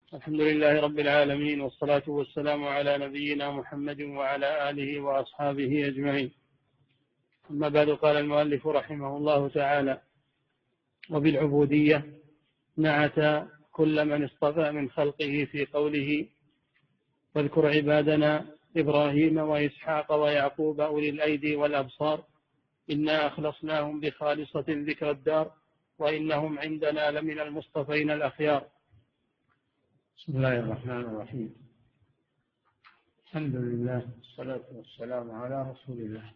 الحمد لله رب العالمين، والصلاة والسلام على نبينا محمد وعلى آله وأصحابه أجمعين. أما بعد، قال المؤلف رحمه الله تعالى: وبالعبودية نعت كل من اصطفى من خلقه في قوله: واذكر عبادنا إبراهيم وإسحاق ويعقوب أولي الأيدي والأبصار إنا أخلصناهم بخالصة ذكر الدار وإنهم عندنا لمن المصطفين الأخيار. بسم الله الرحمن الرحيم. الحمد لله والصلاة والسلام على رسول الله.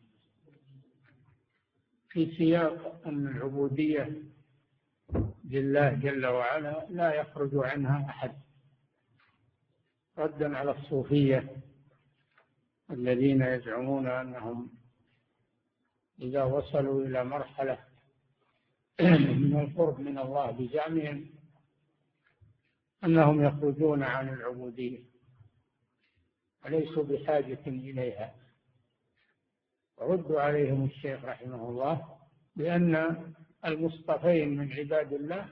في سياق أن العبودية لله جل وعلا لا يخرج عنها أحد، ردا على الصوفية الذين يزعمون أنهم إذا وصلوا إلى مرحلة من القرب من الله بزعمهم أنهم يخرجون عن العبودية وليسوا بحاجة إليها. ورد عليهم الشيخ رحمه الله بأن المصطفين من عباد الله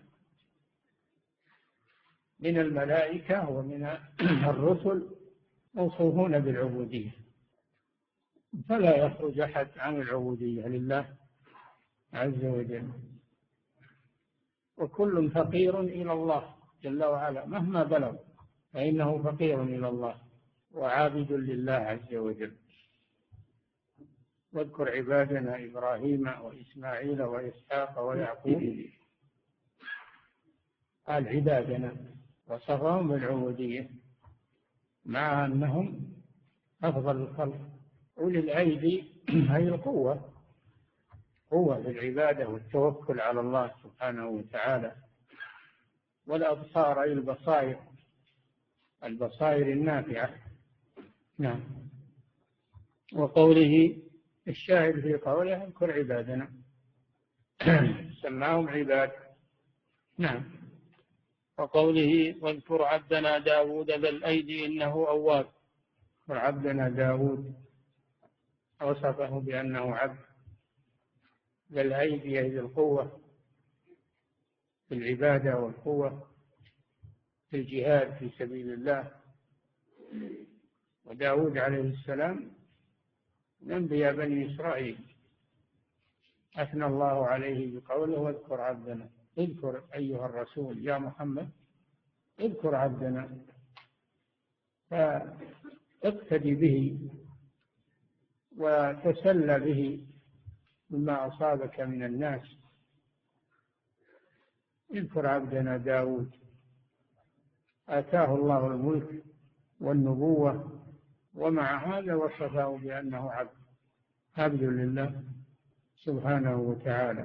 من الملائكة ومن الرسل موصوفون بالعبودية، فلا يخرج أحد عن العبودية لله عز وجل، وكل فقير إلى الله جل وعلا مهما بلغ فإنه فقير إلى الله وعابد لله عز وجل. واذكر عبادنا إبراهيم وإسماعيل وإسحاق ويعقوب، قال عبادنا وصفهم بالعبودية مع أنهم أفضل الخلق. أولي الأيدي هي القوة، قوة بالعبادة والتوكل على الله سبحانه وتعالى. والأبصار أي البصائر النافعة. نعم. وقوله الشاهد في قوله اذكر عبادنا سماهم عباد. نعم. وقوله واذكر عبدنا داود ذا الأيدي إنه أواب. وعبدنا داود وصفه بأنه عبد ذا الأيدي أي القوة في العبادة والقوة في الجهاد في سبيل الله. وداود عليه السلام من أنبياء بني إسرائيل، أثنى الله عليه بقوله واذكر عبدنا. اذكر أيها الرسول يا محمد، اذكر عبدنا، فاقتدي به وتسلى به مما أصابك من الناس. اذكر عبدنا داود آتاه الله الملك والنبوة، ومع هذا وصفه بأنه عبد لله سبحانه وتعالى.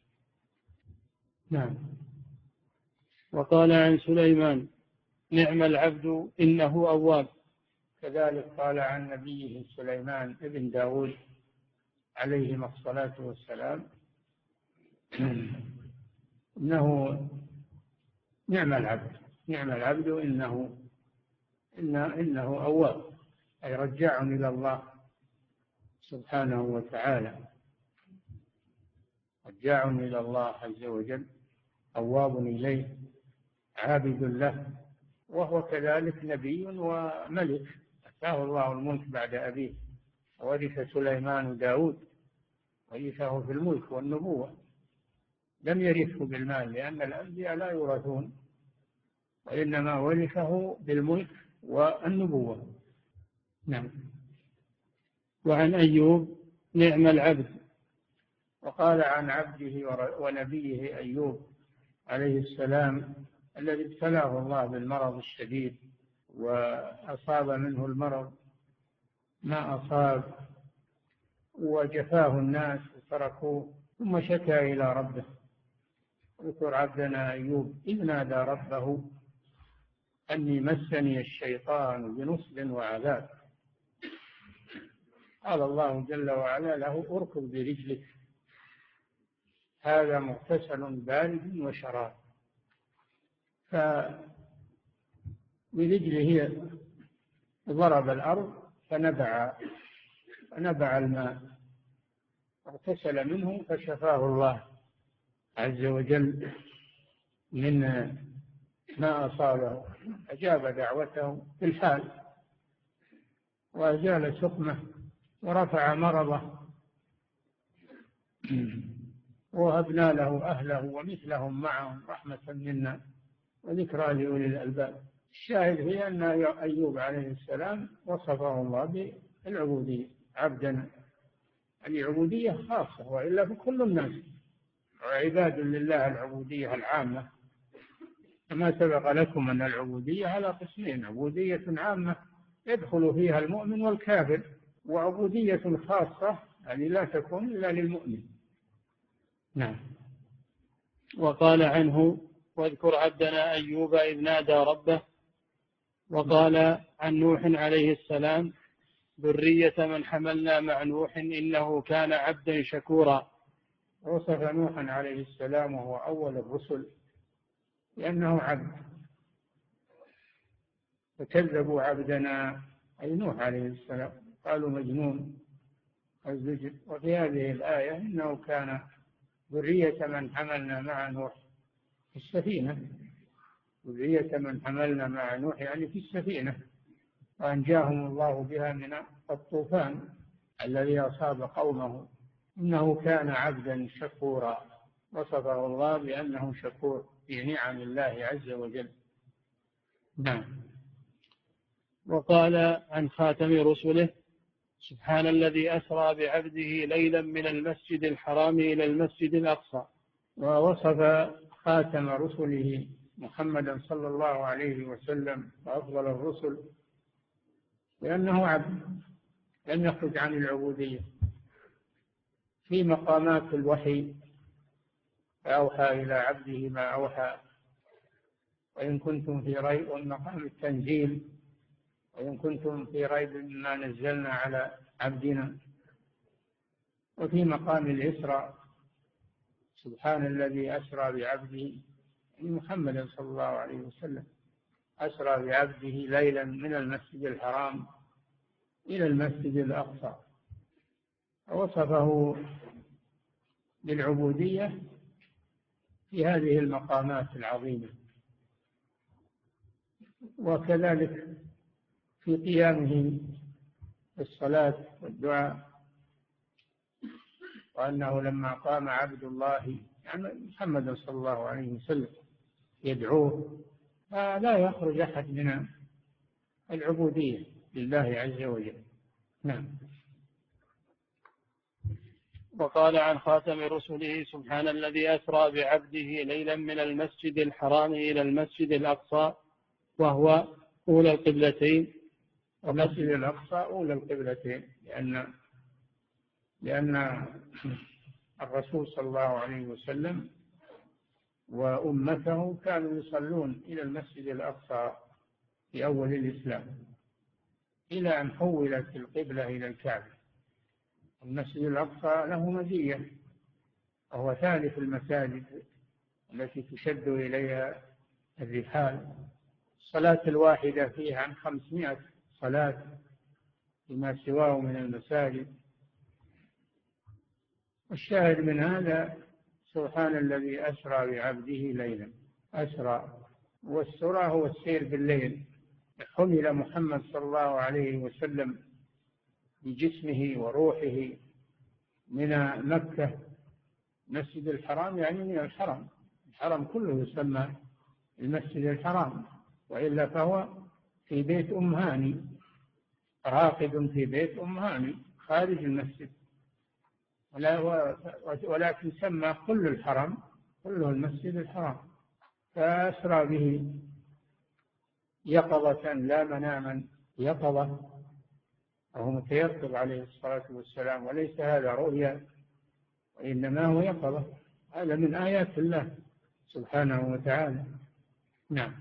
نعم. وقال عن سليمان نعم العبد إنه أواب. كذلك قال عن نبيه سليمان ابن داود عليهما الصلاة والسلام إنه نعم العبد إنه أواب، أي رجاع إلى الله سبحانه وتعالى، رجاع إلى الله عز وجل، أواب إليه، عابد له. وهو كذلك نبي وملك، أتاه الله الملك بعد أبيه، ورث سليمان داود، ورثه في الملك والنبوة، لم يرثه بالمال لأن الأنبياء لا يورثون، وإنما ورثه بالملك والنبوة. نعم. وعن أيوب نعم العبد. وقال عن عبده ونبيه أيوب عليه السلام الذي ابتلاه الله بالمرض الشديد وأصاب منه المرض ما أصاب وجفاه الناس وتركوه، ثم شكا إلى ربه. اذكر عبدنا أيوب إذ نادى ربه أني مسني الشيطان بنصب وعذاب. قال الله جل وعلا له اركض برجلك هذا مغتسل بارد وشراب. فبرجله ضرب الأرض فنبع الماء، اغتسل منه فشفاه الله عز وجل من ما أصابه، أجاب دعوته في الحال وأزال سقمه ورفع مرضه، ووهبنا له أهله ومثلهم معهم رحمة منا وذكرى لأولي الألباب. الشاهد هي أن أيوب عليه السلام وصفه الله بالعبودية، عبدا، العبودية خاصة، وإلا فكل الناس عباد لله، العبودية العامة. كما سبق لكم أن العبودية على قسمين: عبودية عامة يدخل فيها المؤمن والكافر، وعبودية خاصة يعني لا تكون إلا للمؤمن. نعم. وقال عنه: واذكر عبدنا أيوب إذ نادى ربه. وقال عن نوح عليه السلام: ذرية من حملنا مع نوح إنه كان عبدا شكورا. وصف نوحا عليه السلام وهو أول الرسل لأنه عبد، فكذبوا عبدنا أي نوح عليه السلام، قالوا مجنون أو زجر. وفي هذه الآية إنه كان ذرية من حملنا مع نوح في السفينة، ذرية من حملنا مع نوح يعني في السفينة، وأنجاهم الله بها من الطوفان الذي أصاب قومه. إنه كان عبدا شكورا، وصفه الله بأنه شكور في نعم الله عز وجل. نعم. وقال عن خاتم رسله: سبحان الذي أسرى بعبده ليلا من المسجد الحرام إلى المسجد الأقصى. ووصف خاتم رسله محمدا صلى الله عليه وسلم وأفضل الرسل لأنه عبد لم يخرج عن العبودية في مقامات الوحي، فأوحى إلى عبده ما أوحى، وإن كنتم في ريب، مقام التنزيل، وإن كنتم في ريب مما نزلنا على عبدنا، وفي مقام الإسراء سبحان الذي أسرى بعبده محمد صلى الله عليه وسلم، أسرى بعبده ليلا من المسجد الحرام إلى المسجد الأقصى. وصفه بالعبودية في هذه المقامات العظيمة، وكذلك في قيامه بالصلاة والدعاء، وأنه لما قام عبد الله يعني محمد صلى الله عليه وسلم يدعوه فلا يخرج أحد من العبودية لله عز وجل. نعم. وقال عن خاتم رسله: سبحان الذي أسرى بعبده ليلا من المسجد الحرام إلى المسجد الأقصى وهو أولى القبلتين. المسجد الأقصى أولى القبلتين لأن الرسول صلى الله عليه وسلم وأمته كانوا يصلون إلى المسجد الأقصى في أول الإسلام إلى أن حولت القبلة إلى الكعبة. المسجد الأقصى له مزية، وهو ثالث المساجد التي تشد إليها الرحال. الصلاة الواحدة فيها عن 500 صلاة فيما سواه من المساجد. والشاهد من هذا سبحان الذي أسرى بعبده ليلا. أسرى، والسرى هو السير بالليل. حمل محمد صلى الله عليه وسلم بجسمه وروحه من مكة مسجد الحرام، يعني من الحرم كله يسمى المسجد الحرام، وإلا فهو في بيت أم هاني، راقد في بيت أم هاني خارج المسجد، ولكن سمى كل الحرم كله المسجد الحرام. فأسرى به يقظة لا مناما، يقظة وهو متيقظ عليه الصلاة والسلام، وليس هذا رؤيا وإنما هو يقظة. هذا من آيات الله سبحانه وتعالى. نعم.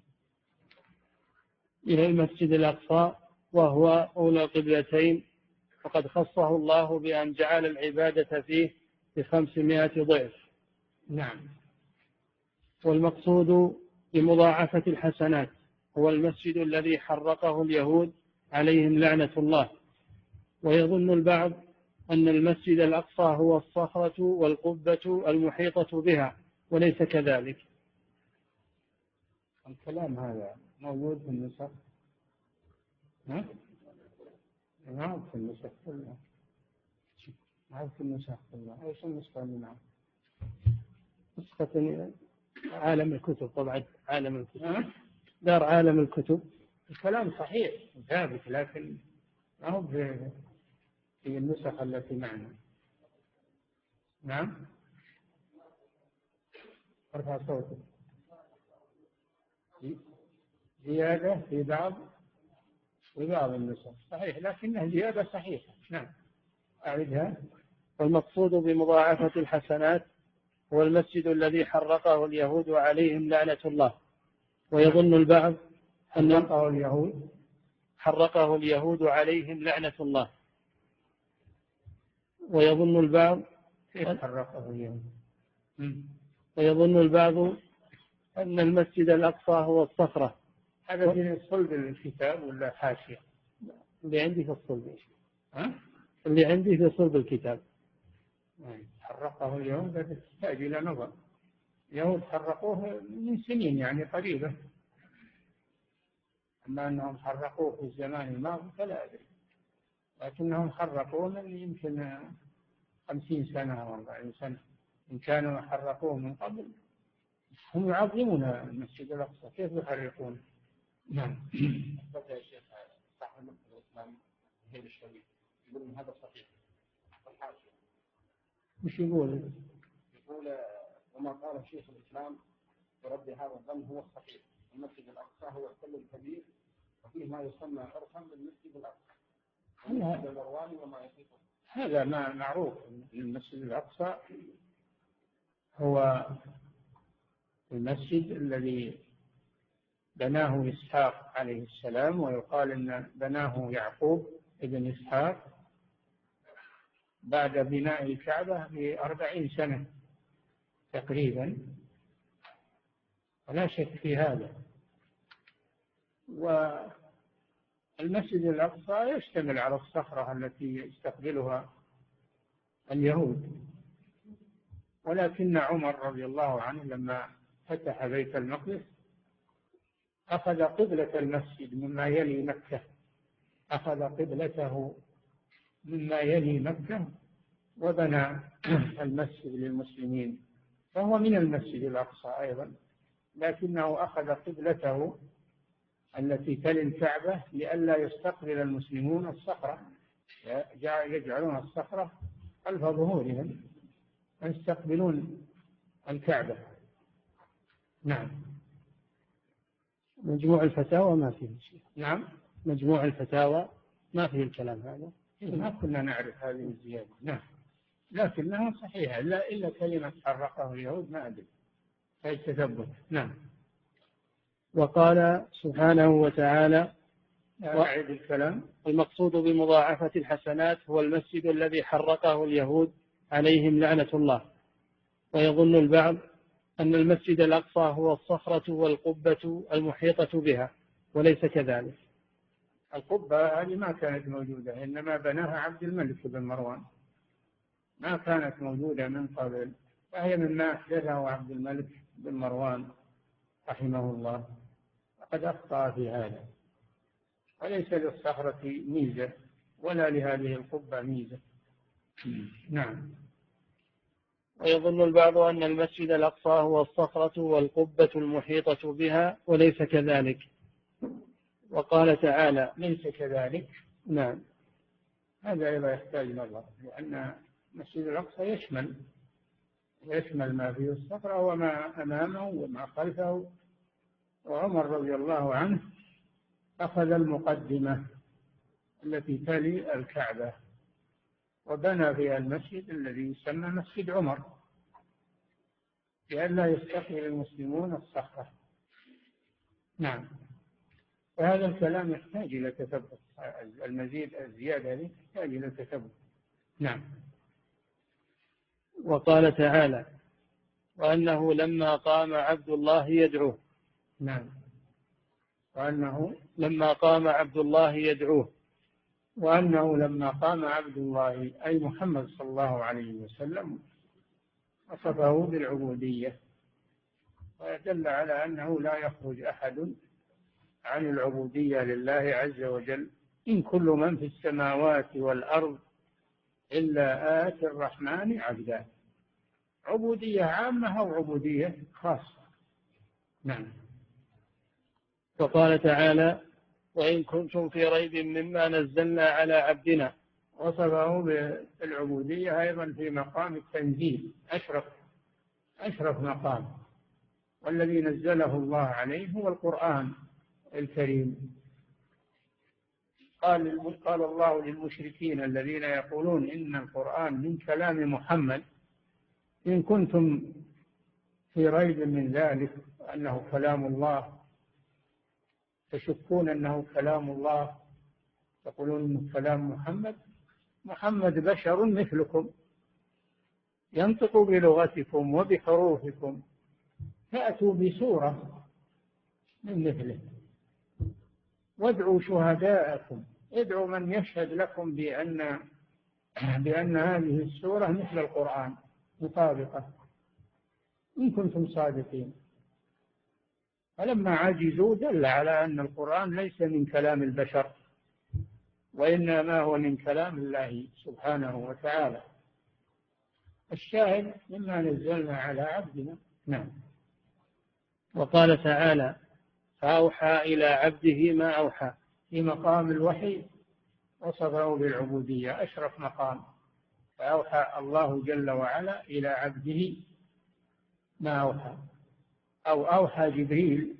إلى المسجد الأقصى وهو أولى القبلتين، وقد خصه الله بأن جعل العبادة فيه ب500 ضعف. نعم. والمقصود بمضاعفة الحسنات هو المسجد الذي حرقه اليهود عليهم لعنة الله. ويظن البعض أن المسجد الأقصى هو الصخرة والقبة المحيطة بها، وليس كذلك. الكلام هذا موجود في النسخ؟ ها؟ نعم في النسخ كلها. نعم في النسخ كلها. ايش النسخة اللي معه؟ نسخة عالم الكتب، طبعا عالم الكتب، دار عالم الكتب. الكلام صحيح ثابت، لكن ما هو في النسخ التي معنا. نعم ارفع صوتك. زيادة في بعض النسخ صحيح، لكنها زيادة صحيحة. نعم أعيدها. والمقصود بمضاعفة الحسنات هو المسجد الذي حرقه اليهود وعليهم لعنة الله. ويظن البعض أن حرقه اليهود عليهم لعنة الله. ويظن البعض أن المسجد الأقصى هو الصخرة. هذا في صلب الكتاب ولا حاشية؟ اللي عندي في الصلب. اللي عندي في صلب الكتاب. حرقه اليهود، هذا تحتاج إلى نظر. اليهود حرقوه من سنين يعني قريبة، أما أنهم حرقوه في الزمان الماضي فلا أدري، لكنهم حرقوه من يمكن 50 سنة أو 40 سنة. إن كانوا حرقوه من قبل. هم يعظمون المسجد الأقصى، كيف يحرقون؟ نعم. بدأ الشيخ صاحب الإسلام هيل الشريف يقول إن هذا صحيح. مش يقول؟ يقول وما قال شيخ الإسلام برد هذا الظن هو الصحيح. المسجد الأقصى هو السل الكبير وفيه ما يسمى عرفا بالمسجد الأقصى. هذا ما معروف. المسجد الأقصى هو المسجد الذي بناه إسحاق عليه السلام، ويقال أن بناه يعقوب ابن إسحاق بعد بناء الكعبة ب40 سنة تقريبا، ولا شك في هذا. والمسجد الأقصى يشتمل على الصخرة التي يستقبلها اليهود، ولكن عمر رضي الله عنه لما فتح بيت المقدس أخذ قبلة المسجد مما يلي مكة، أخذ قبلته مما يلي مكة وبنى المسجد للمسلمين، فهو من المسجد الأقصى أيضا، لكنه أخذ قبلته التي تلي الكعبة لئلا يستقبل المسلمون الصخرة، يجعلون الصخرة خلف ظهورهم ويستقبلون الكعبة. نعم. مجموع الفتاوى ما فيه شيء. نعم مجموع الفتاوى ما فيه الكلام هذا. ما كنا نعرف هذه الزيادة. نعم لكنها صحيحة، إلا كلمة حرقه اليهود ما أدري هي تثبت. نعم. وقال سبحانه وتعالى أعيد الكلام. المقصود بمضاعفة الحسنات هو المسجد الذي حرقه اليهود عليهم لعنة الله. ويظن البعض أن المسجد الأقصى هو الصخرة والقبة المحيطة بها، وليس كذلك. القبة هذه ما كانت موجودة، إنما بناها عبد الملك بن مروان، ما كانت موجودة من قبل، فهي مما أحدثه عبد الملك بن مروان رحمه الله، وقد أخطأ في هذا، وليس للصخرة ميزة ولا لهذه القبة ميزة. نعم. ويظن البعض أن المسجد الأقصى هو الصخرة والقبة المحيطة بها، وليس كذلك. وقال تعالى ليس كذلك. نعم. هذا أيضا يحتاج نظر، لأن المسجد الأقصى يشمل ما فيه الصخرة وما أمامه وما خلفه. وعمر رضي الله عنه أخذ المقدمة التي تلي الكعبة وبنى فيها المسجد الذي يسمى مسجد عمر لئلا يستقبل المسلمون الصخرة. نعم. وهذا الكلام يحتاج إلى تثبت، المزيد الزيادة هذه تحتاج إلى تثبت. نعم. وقال تعالى وأنه لما قام عبد الله يدعوه. نعم. وأنه لما قام عبد الله يدعوه. وأنه لما قام عبد الله أي محمد صلى الله عليه وسلم وصفه بالعبودية، ويدل على أنه لا يخرج أحد عن العبودية لله عز وجل. إن كل من في السماوات والأرض إلا آتي الرحمن عبدا. عبودية عامة أو عبودية خاصة. نعم. وقال تعالى: وإن كنتم في ريب مما نزلنا على عبدنا. وصفه بالعبودية أيضا في مقام التنزيل، أشرف مقام، والذي نزله الله عليه هو القرآن الكريم. قال الله للمشركين الذين يقولون إن القرآن من كلام محمد: إن كنتم في ريب من ذلك أنه كلام الله، تشكون أنه كلام الله، تقولون إنه كلام محمد بشر مثلكم ينطق بلغتكم وبحروفكم، فأتوا بسورة من مثله وادعوا شهداءكم، ادعوا من يشهد لكم بأن هذه السورة مثل القرآن مطابقة، إن كنتم صادقين. فلما عجزوا دل على أن القرآن ليس من كلام البشر، وإنما هو من كلام الله سبحانه وتعالى. الشاهد مما نزلنا على عبدنا. نعم. وقال تعالى: فأوحى إلى عبده ما أوحى. في مقام الوحي وصفه بالعبودية، أشرف مقام. فأوحى الله جل وعلا إلى عبده ما أوحى، أو أوحى جبريل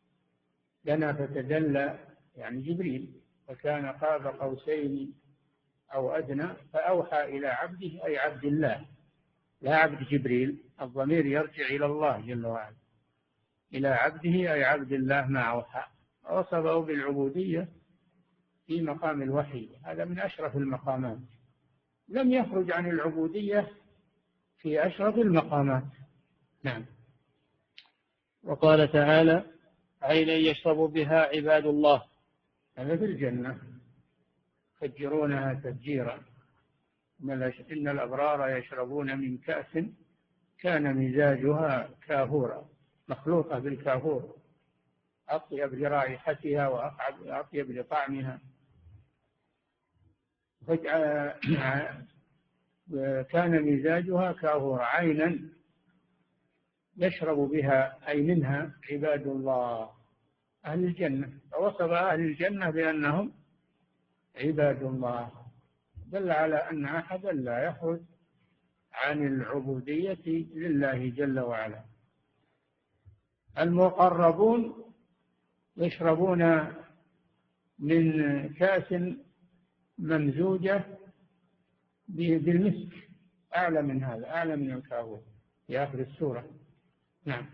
لنا فتدلى، يعني جبريل، فكان قاب قوسين أو أدنى. فأوحى إلى عبده أي عبد الله، لا عبد جبريل، الضمير يرجع إلى الله جل وعلا. إلى عبده أي عبد الله ما أوحى، وصفه بالعبودية في مقام الوحي. هذا من أشرف المقامات، لم يخرج عن العبودية في أشرف المقامات. نعم. وقال تعالى: عينا يشرب بها عباد الله. هذا في الجنة، يفجرونها تفجيرا. إن الأبرار يشربون من كأس كان مزاجها كافورا، مخلوطة بالكافور، أطيب لرائحتها وأطيب لطعمها. كان مزاجها كافورا، عينا يشرب بها أي منها عباد الله أهل الجنة. فوصف أهل الجنة بأنهم عباد الله، دل على أن أحدا لا يخرج عن العبودية لله جل وعلا. المقربون يشربون من كأس ممزوجة بالمسك، أعلى من هذا، أعلى من الكافور في آخر السورة. نعم.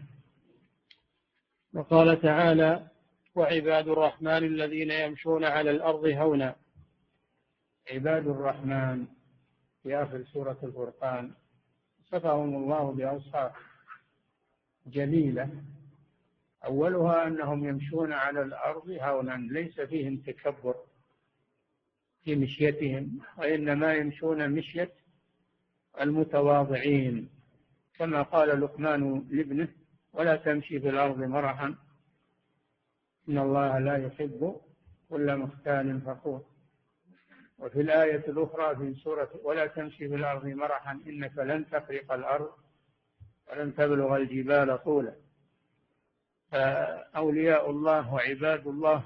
وقال تعالى: وعباد الرحمن الذين يمشون على الأرض هونا. عباد الرحمن في آخر سورة الفرقان صفهم الله بأوصاف جليلة، أولها أنهم يمشون على الأرض هونا، ليس فيهم تكبر في مشيتهم، وإنما يمشون مشية المتواضعين، كما قال لقمان لابنه: ولا تمشي في الأرض مرحا إن الله لا يحب كل مختال فخور. وفي الآية الأخرى في سورة: ولا تمشي في الأرض مرحا إنك لن تخرق الأرض ولن تبلغ الجبال طولا. فأولياء الله وعباد الله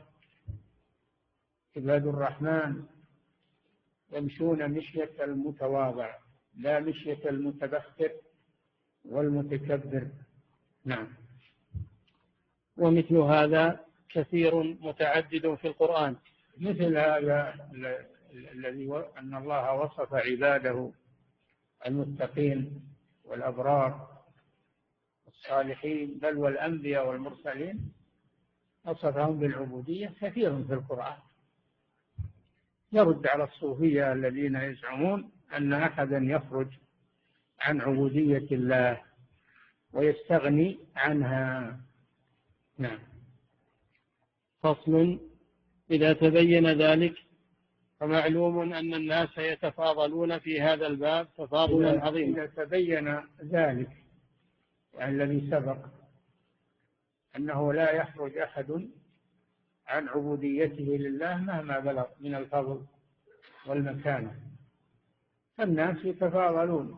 عباد الرحمن يمشون مشية المتواضع، لا مشية المتبختر والمتكبر. نعم. ومثل هذا كثير متعدد في القرآن. مثل هذا الذي أن الله وصف عباده المتقين والأبرار الصالحين، بل والأنبياء والمرسلين وصفهم بالعبودية كثير في القرآن، يرد على الصوفية الذين يزعمون أن أحدا يخرج عن عبودية الله ويستغني عنها. نعم. فصل: إذا تبين ذلك فمعلوم أن الناس يتفاضلون في هذا الباب تفاضلا عظيما. إذا تبين ذلك، يعني الذي سبق، أنه لا يخرج أحد عن عبوديته لله مهما بلغ من الفضل والمكانة. فالناس يتفاضلون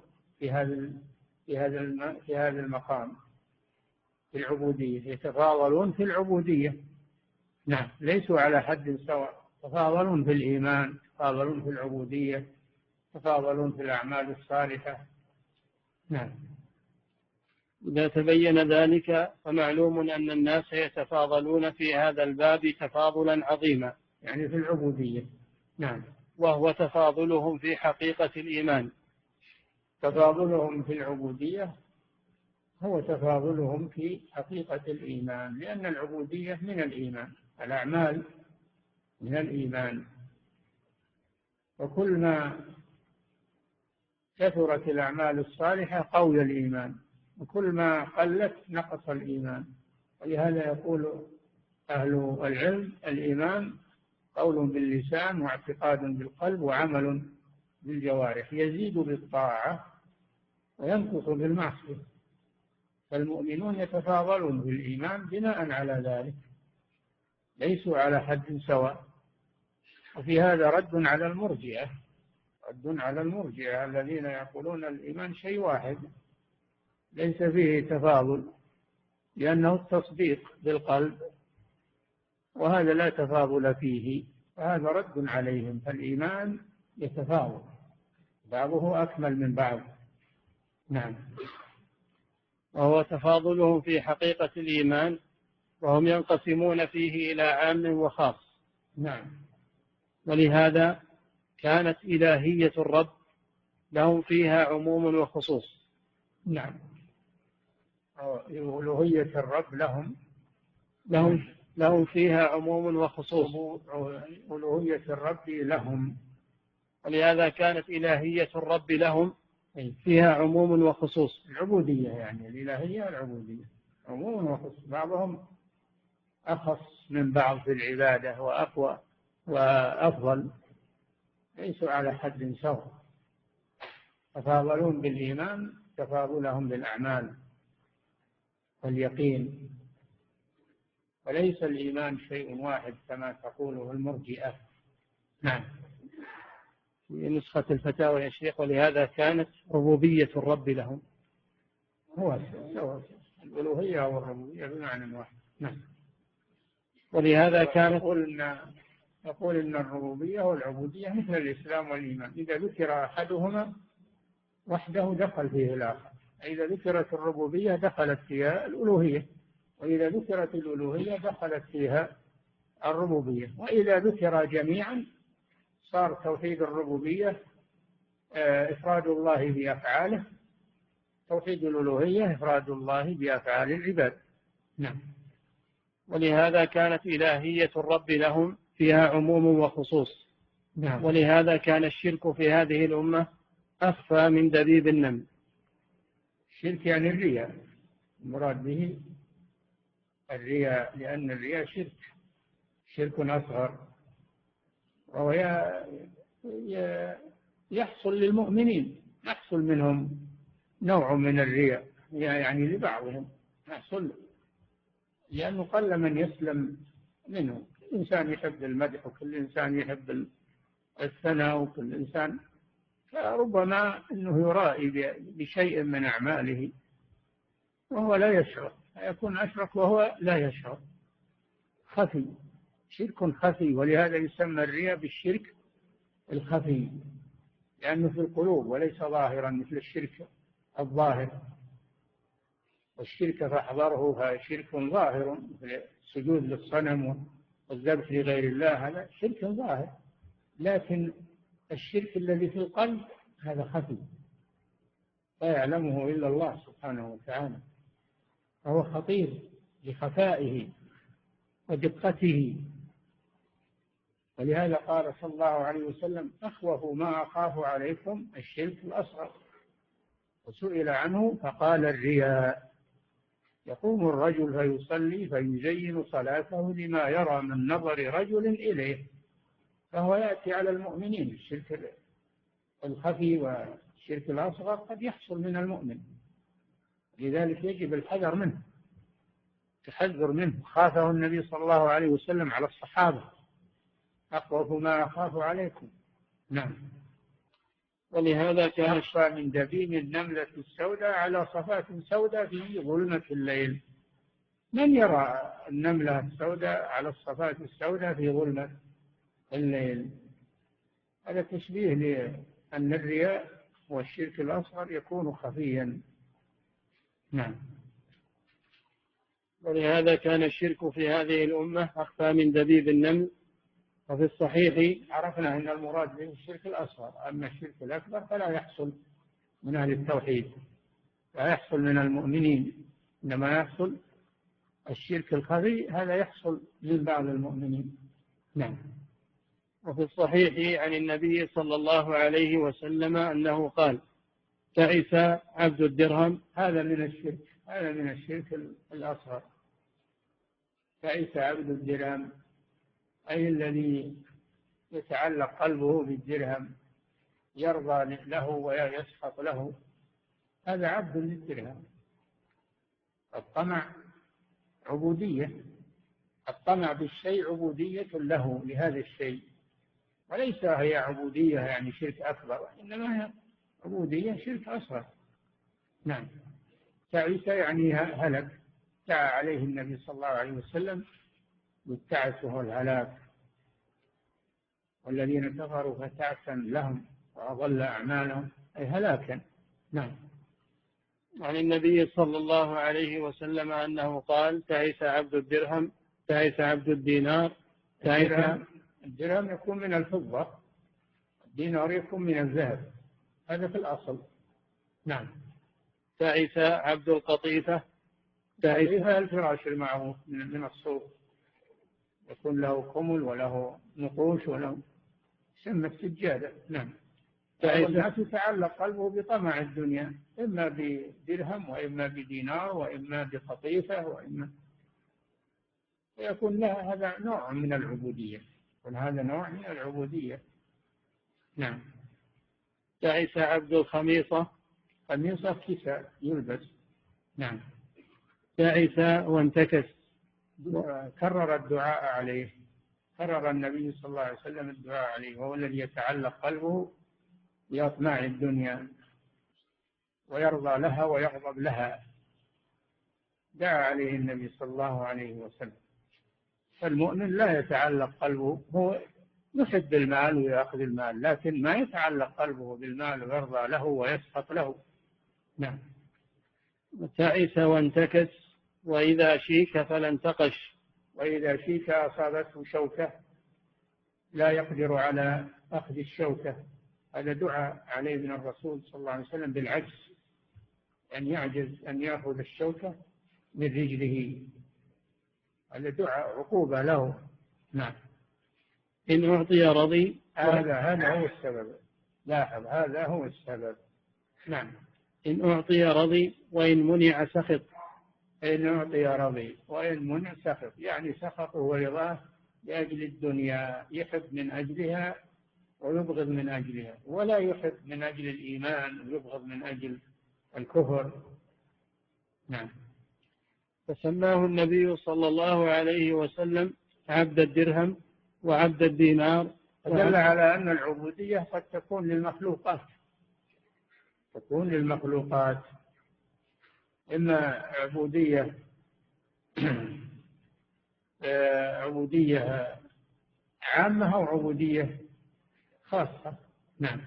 في هذا المقام في العبودية، يتفاضلون في العبودية. نعم، ليسوا على حد سواء، يتفاضلون في الإيمان، يتفاضلون في العبودية، يتفاضلون في الأعمال الصالحة. نعم. إذا تبين ذلك فمعلوم أن الناس يتفاضلون في هذا الباب تفاضلا عظيما، يعني في العبودية. نعم. وهو تفاضلهم في حقيقة الإيمان. تفاضلهم في العبودية هو تفاضلهم في حقيقة الإيمان، لأن العبودية من الإيمان، الأعمال من الإيمان، وكل ما كثرت الأعمال الصالحة قوي الإيمان، وكل ما قلت نقص الإيمان. ولهذا يقول أهل العلم: الإيمان قول باللسان واعتقاد بالقلب وعمل بالجوارح، يزيد بالطاعة وينقص بالمعصية. فالمؤمنون يتفاضلون بالإيمان بناء على ذلك، ليسوا على حد سواء. وفي هذا رد على المرجئة، الذين يقولون الإيمان شيء واحد ليس فيه تفاضل، لأنه التصديق بالقلب، وهذا لا تفاضل فيه، وهذا رد عليهم. فالإيمان يتفاضل، بعضه أكمل من بعض. نعم. وهو تفاضلهم في حقيقة الإيمان، وهم ينقسمون فيه إلى عام وخاص. نعم. ولهذا كانت إلهية الرب لهم فيها عموم وخصوص. نعم. ألوهية الرب لهم فيها عموم وخصوص. ألوهية الرب لهم، ولهذا كانت إلهية الرب لهم فيها عموم وخصوص. العبودية يعني الإلهية، العبودية عموم وخصوص، بعضهم أخص من بعض في العبادة وأقوى وأفضل، ليسوا على حد سواء. تفاضلون بالإيمان تفاضلهم بالأعمال واليقين، وليس الإيمان شيء واحد كما تقوله المرجئة. نعم. في نسخة الفتاوى يا شيخ: ولهذا كانت ربوبية الرب لهم. هو سواء الألوهية والربوبية بمعنى واحد. نعم. ولهذا كانت يقول إن الربوبية والعبودية مثل الإسلام والإيمان، إذا ذكر أحدهما وحده دخل فيه الآخر. إذا ذكرت الربوبية دخلت فيها الألوهية، وإذا ذكرت الألوهية دخلت فيها الربوبية، وإذا ذكر جميعا صار توحيد الربوبية إفراد الله بأفعاله، توحيد الألوهية إفراد الله بأفعال العباد. نعم. ولهذا كانت إلهية الرب لهم فيها عموم وخصوص. نعم. ولهذا كان الشرك في هذه الأمة أخفى من دبيب النمل. الشرك يعني الرياء، المراد به الرياء، لأن الرياء شرك أصغر، وهو يحصل للمؤمنين، يحصل منهم نوع من الرياء، يعني لبعضهم يحصل، لأنه قل من يسلم منه. كل إنسان يحب المدح، وكل إنسان يحب الثناء، وكل إنسان، فربما أنه يرائي بشيء من أعماله وهو لا يشعر، يكون أشرك وهو لا يشعر، خفي، شرك خفي. ولهذا يسمى الرياء بالشرك الخفي، لأنه في القلوب وليس ظاهرا مثل الشرك الظاهر. والشرك فاحذره، فشرك ظاهر مثل السجود للصنم والذبح لغير الله، هذا شرك ظاهر. لكن الشرك الذي في القلب هذا خفي، لا يعلمه إلا الله سبحانه وتعالى، فهو خطير لخفائه ودقته. ولهذا قال صلى الله عليه وسلم: أخوف ما أخاف عليكم الشرك الأصغر. وسئل عنه فقال: الرياء. يقوم الرجل فيصلي فيزين صلاته لما يرى من نظر رجل إليه، فهو يأتي على المؤمنين. الشرك الخفي والشرك الأصغر قد يحصل من المؤمن، لذلك يجب الحذر منه. تحذر منه، خافه النبي صلى الله عليه وسلم على الصحابة: أخوف ما أخاف عليكم. نعم. ولهذا كان أخفى من دبيب النملة السوداء على صفات سوداء في ظلمة الليل. من يرى النملة السوداء على الصفات السوداء في ظلمة الليل؟ هذا تشبيه لأن الرياء والشرك الأصغر يكون خفيا. نعم. ولهذا كان الشرك في هذه الأمة أخفى من دبيب النمل. وفي الصحيح عرفنا أن المراد به الشرك الأصغر، أما الشرك الأكبر فلا يحصل من أهل التوحيد، لا يحصل من المؤمنين، إنما يحصل الشرك الخفي، هذا يحصل من بعض المؤمنين. نعم. وفي الصحيح عن النبي صلى الله عليه وسلم أنه قال: تعس عبد الدرهم. هذا من الشرك الأصغر. تعس عبد الدرهم أي الذي يتعلق قلبه بالدرهم، يرضى له ويسخط له، هذا عبد للدرهم. الطمع عبودية، الطمع بالشيء عبودية له لهذا الشيء، وليس هي عبودية يعني شرك أكبر، إنما هي عبودية شرك أصغر. نعم. تعس يعني هلك، دعا عليه النبي صلى الله عليه وسلم بالتعس وهو الهلاك: والذين كفروا فتعسا لهم وأضل أعمالهم، أي هلاكا. نعم. عن النبي صلى الله عليه وسلم أنه قال: تعس عبد الدرهم، تعس عبد الدينار. الدرهم يكون من الفضة، الدينار يكون من الذهب، هذا في الأصل. نعم. تعس عبد القطيفة. تعسها الفراش المعروف من الصوف، يكون له كمل وله نقوش وله، يسمى السجادة. نعم. الناس يتعلق قلبه بطمع الدنيا، إما بدرهم وإما بدينار وإما بقطيفة وإما، ويكون لها هذا نوع من العبودية، وهذا نوع من العبودية. نعم. تعس عبد الخميصة. خميصة كساء يلبس. نعم. تعس وانتكس. كرر الدعاء عليه، كرر النبي صلى الله عليه وسلم الدعاء عليه، وهو الذي يتعلق قلبه بأطماع الدنيا ويرضى لها ويغضب لها، دعا عليه النبي صلى الله عليه وسلم. فالمؤمن لا يتعلق قلبه، هو يحب المال ويأخذ المال، لكن ما يتعلق قلبه بالمال ويرضى له ويسخط له. نعم. تعس وانتكس وإذا شيك فلا انتقش. وإذا شيك أصابته شوكة لا يقدر على أخذ الشوكة، هذا دعاء عليه من الرسول صلى الله عليه وسلم بالعجز، أن يعجز أن يأخذ الشوكة من رجله، هذا دعاء عقوبة له. نعم. إن أعطي رضي. هذا هو السبب، لاحظ، هذا هو السبب. نعم. إن أعطي رضي وإن منع سخط. إن أعطي رضي وإن منع سخط، يعني سخطه ورضاه لأجل الدنيا، يحب من أجلها ويبغض من أجلها، ولا يحب من أجل الإيمان ويبغض من أجل الكفر. نعم. فسماه النبي صلى الله عليه وسلم عبد الدرهم وعبد الدينار. دل على أن العبودية قد تكون للمخلوقات، تكون للمخلوقات، إما عبودية عامة أو عبودية خاصة. نعم.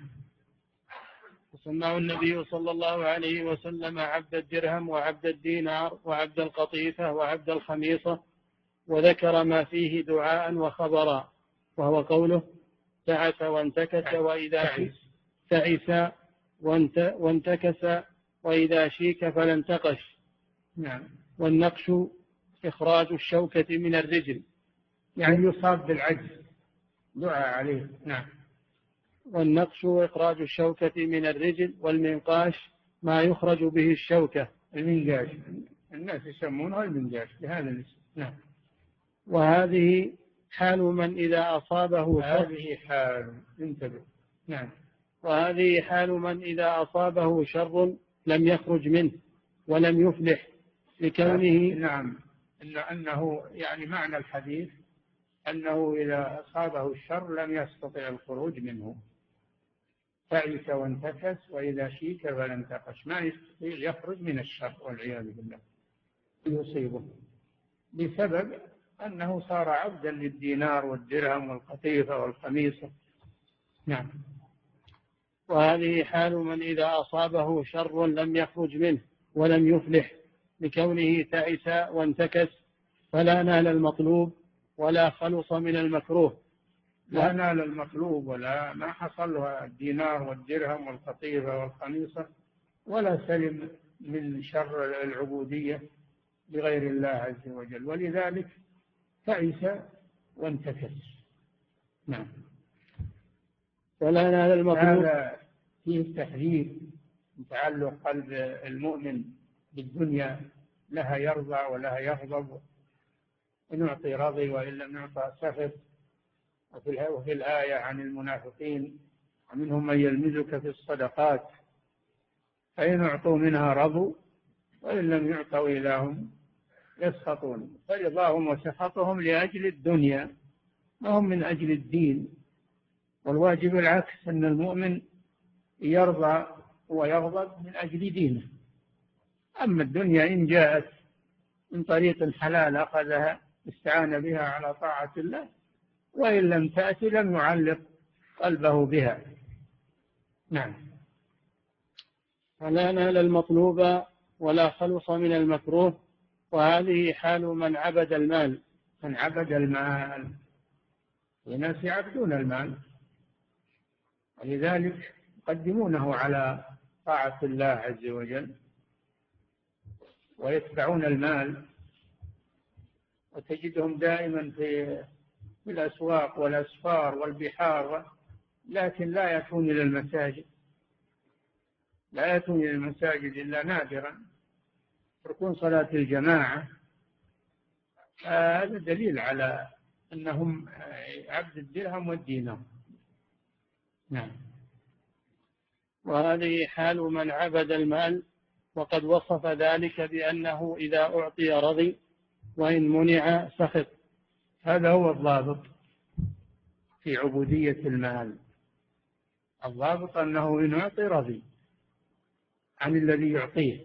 وسماه النبي صلى الله عليه وسلم عبد الدرهم وعبد الدينار وعبد القطيفة وعبد الخميصة، وذكر ما فيه دعاء وخبرا، وهو قوله: تعس وانتكس وإذا تعس وانتكس وإذا شيك فلا انتقش. نعم. والنقش إخراج الشوكة من الرجل، يعني يصاب بالعجز، دعاء عليه. نعم. والنقش إخراج الشوكة من الرجل، والمنقاش ما يخرج به الشوكة. المنقاش الناس يسمونه المنقاش بهذا الاسم. نعم. وهذه حال من إذا أصابه هذه حال، انتبه. نعم. وهذه حال من إذا أصابه شر لم يخرج منه ولم يفلح لكونه. نعم. أنه يعني معنى الحديث أنه إذا أصابه الشر لم يستطع الخروج منه، تعس وانتكس وإذا شيك فلم تقش، ما يستطيع يخرج من الشر والعياذ بالله يصيبه بسبب أنه صار عبدا للدينار والدرهم والقطيفة والخميصة. نعم. وهذه حال من إذا أصابه شر لم يخرج منه ولم يفلح لكونه تعس وانتكس، فلا نال المطلوب ولا خلص من المكروه. لا نال المطلوب ولا ما حصل له الدينار والدرهم والقطيفة والخميصة، ولا سلم من شر العبودية لغير الله عز وجل، ولذلك تعس وانتكس. نعم. فلا نال المطلوب. هذا فيه تحذير من تعلق قلب المؤمن بالدنيا، لها يرضى ولها يغضب، إن أعطي رضي وإن لم يعطى سخط. وفي الآية عن المنافقين ومنهم من يلمزك في الصدقات فإن أعطوا منها رضوا وإن لم يعطوا إذا هم يسخطون. فرضاهم وسخطهم لأجل الدنيا ما هم من أجل الدين، والواجب العكس، أن المؤمن يرضى ويغضب من أجل دينه. أما الدنيا إن جاءت من طريق حلال أخذها استعان بها على طاعة الله، وإن لم تأتي لم يعلق قلبه بها. نعم. فلا نال المطلوب ولا خلص من المكروه، وهذه حال من عبد المال. من عبد المال، الناس يعبدون المال ولذلك يقدمونه على طاعة الله عز وجل ويتبعون المال، وتجدهم دائما في الأسواق والأسفار والبحار، لكن لا يأتون إلى المساجد، لا يأتون إلى المساجد إلا نادرا، يتركون صلاة الجماعة. هذا دليل على أنهم عبد الدرهم والدينار. نعم. وهذه حال من عبد المال، وقد وصف ذلك بأنه إذا أعطي رضي وإن منع سخط. هذا هو الضابط في عبودية المال، الضابط أنه إن أعطي رضي عن الذي يعطيه،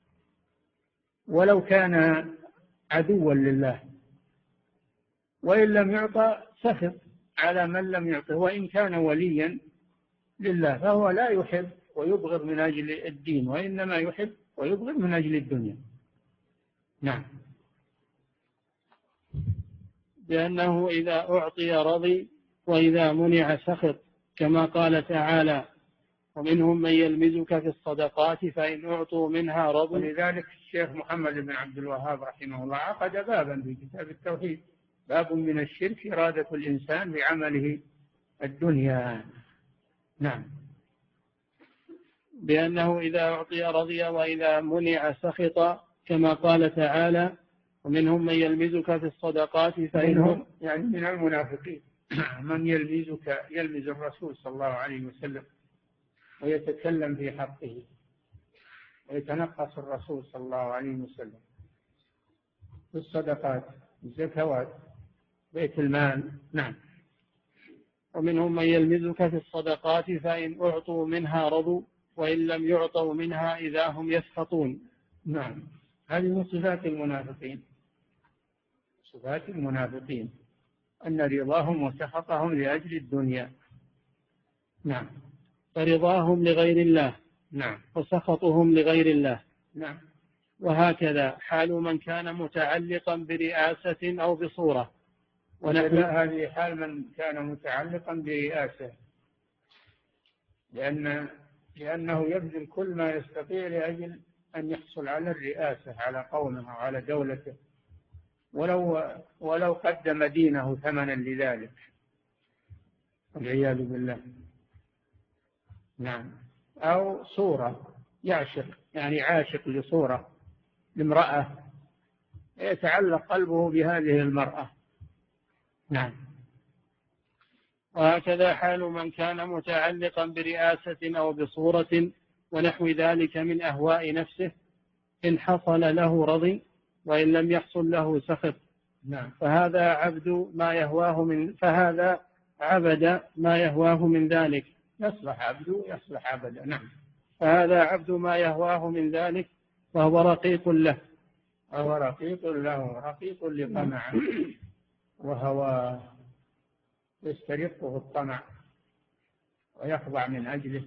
ولو كان عدوا لله، وإن لم يعطى سخط على من لم يعطه، وإن كان وليا لله فهو لا يحب ويبغض من أجل الدين، وإنما يحب ويبغض من أجل الدنيا. نعم. بأنه إذا أعطي رضي وإذا منع سخط، كما قال تعالى: ومنهم من يلمزك في الصدقات فإن أعطوا منها رضوا. ولذلك الشيخ محمد بن عبد الوهاب رحمه الله عقد بابا في كتاب التوحيد، باب من الشرك إرادة الإنسان بعمله الدنيا. نعم. بأنه إذا أعطي رضي وإذا منع سخط، كما قال تعالى: ومنهم من يلمزك في الصدقات فإنهم يعني من المنافقين من يلمز الرسول صلى الله عليه وسلم ويتكلم في حقه ويتنقص الرسول صلى الله عليه وسلم في الصدقات، الزكوات، بيت المال. نعم. ومنهم من يلمزك في الصدقات فإن أعطوا منها رضوا وإن لم يعطوا منها إذا هم يسخطون. نعم. هذه من صفات المنافقين، صفات المنافقين أن رضاهم وسخطهم لأجل الدنيا. نعم. فرضاهم لغير الله. نعم. وسخطهم لغير الله. نعم. وهكذا حال من كان متعلقا برئاسة أو بصورة. هذه حال من كان متعلقا برئاسة، لأنه يبذل كل ما يستطيع لأجل أن يحصل على الرئاسة على قومه وعلى دولته، ولو قدم دينه ثمنا لذلك، والعياذ بالله. نعم. أو صورة، يعشق، يعني عاشق لصورة لامرأة يتعلق قلبه بهذه المرأة. نعم. وهكذا حال من كان متعلقا برئاسة أو بصورة ونحو ذلك من أهواء نفسه، إن حصل له رضي وإن لم يحصل له سخط. نعم. فهذا عبد عبد ما يهواه من ذلك. يصلح عبد يصلح عبدا. نعم. فهذا عبد ما يهواه من ذلك وهو رقيق له. وهو رقيق له، رقيق لطمع وهو يسترقه الطمع ويخضع من أجله.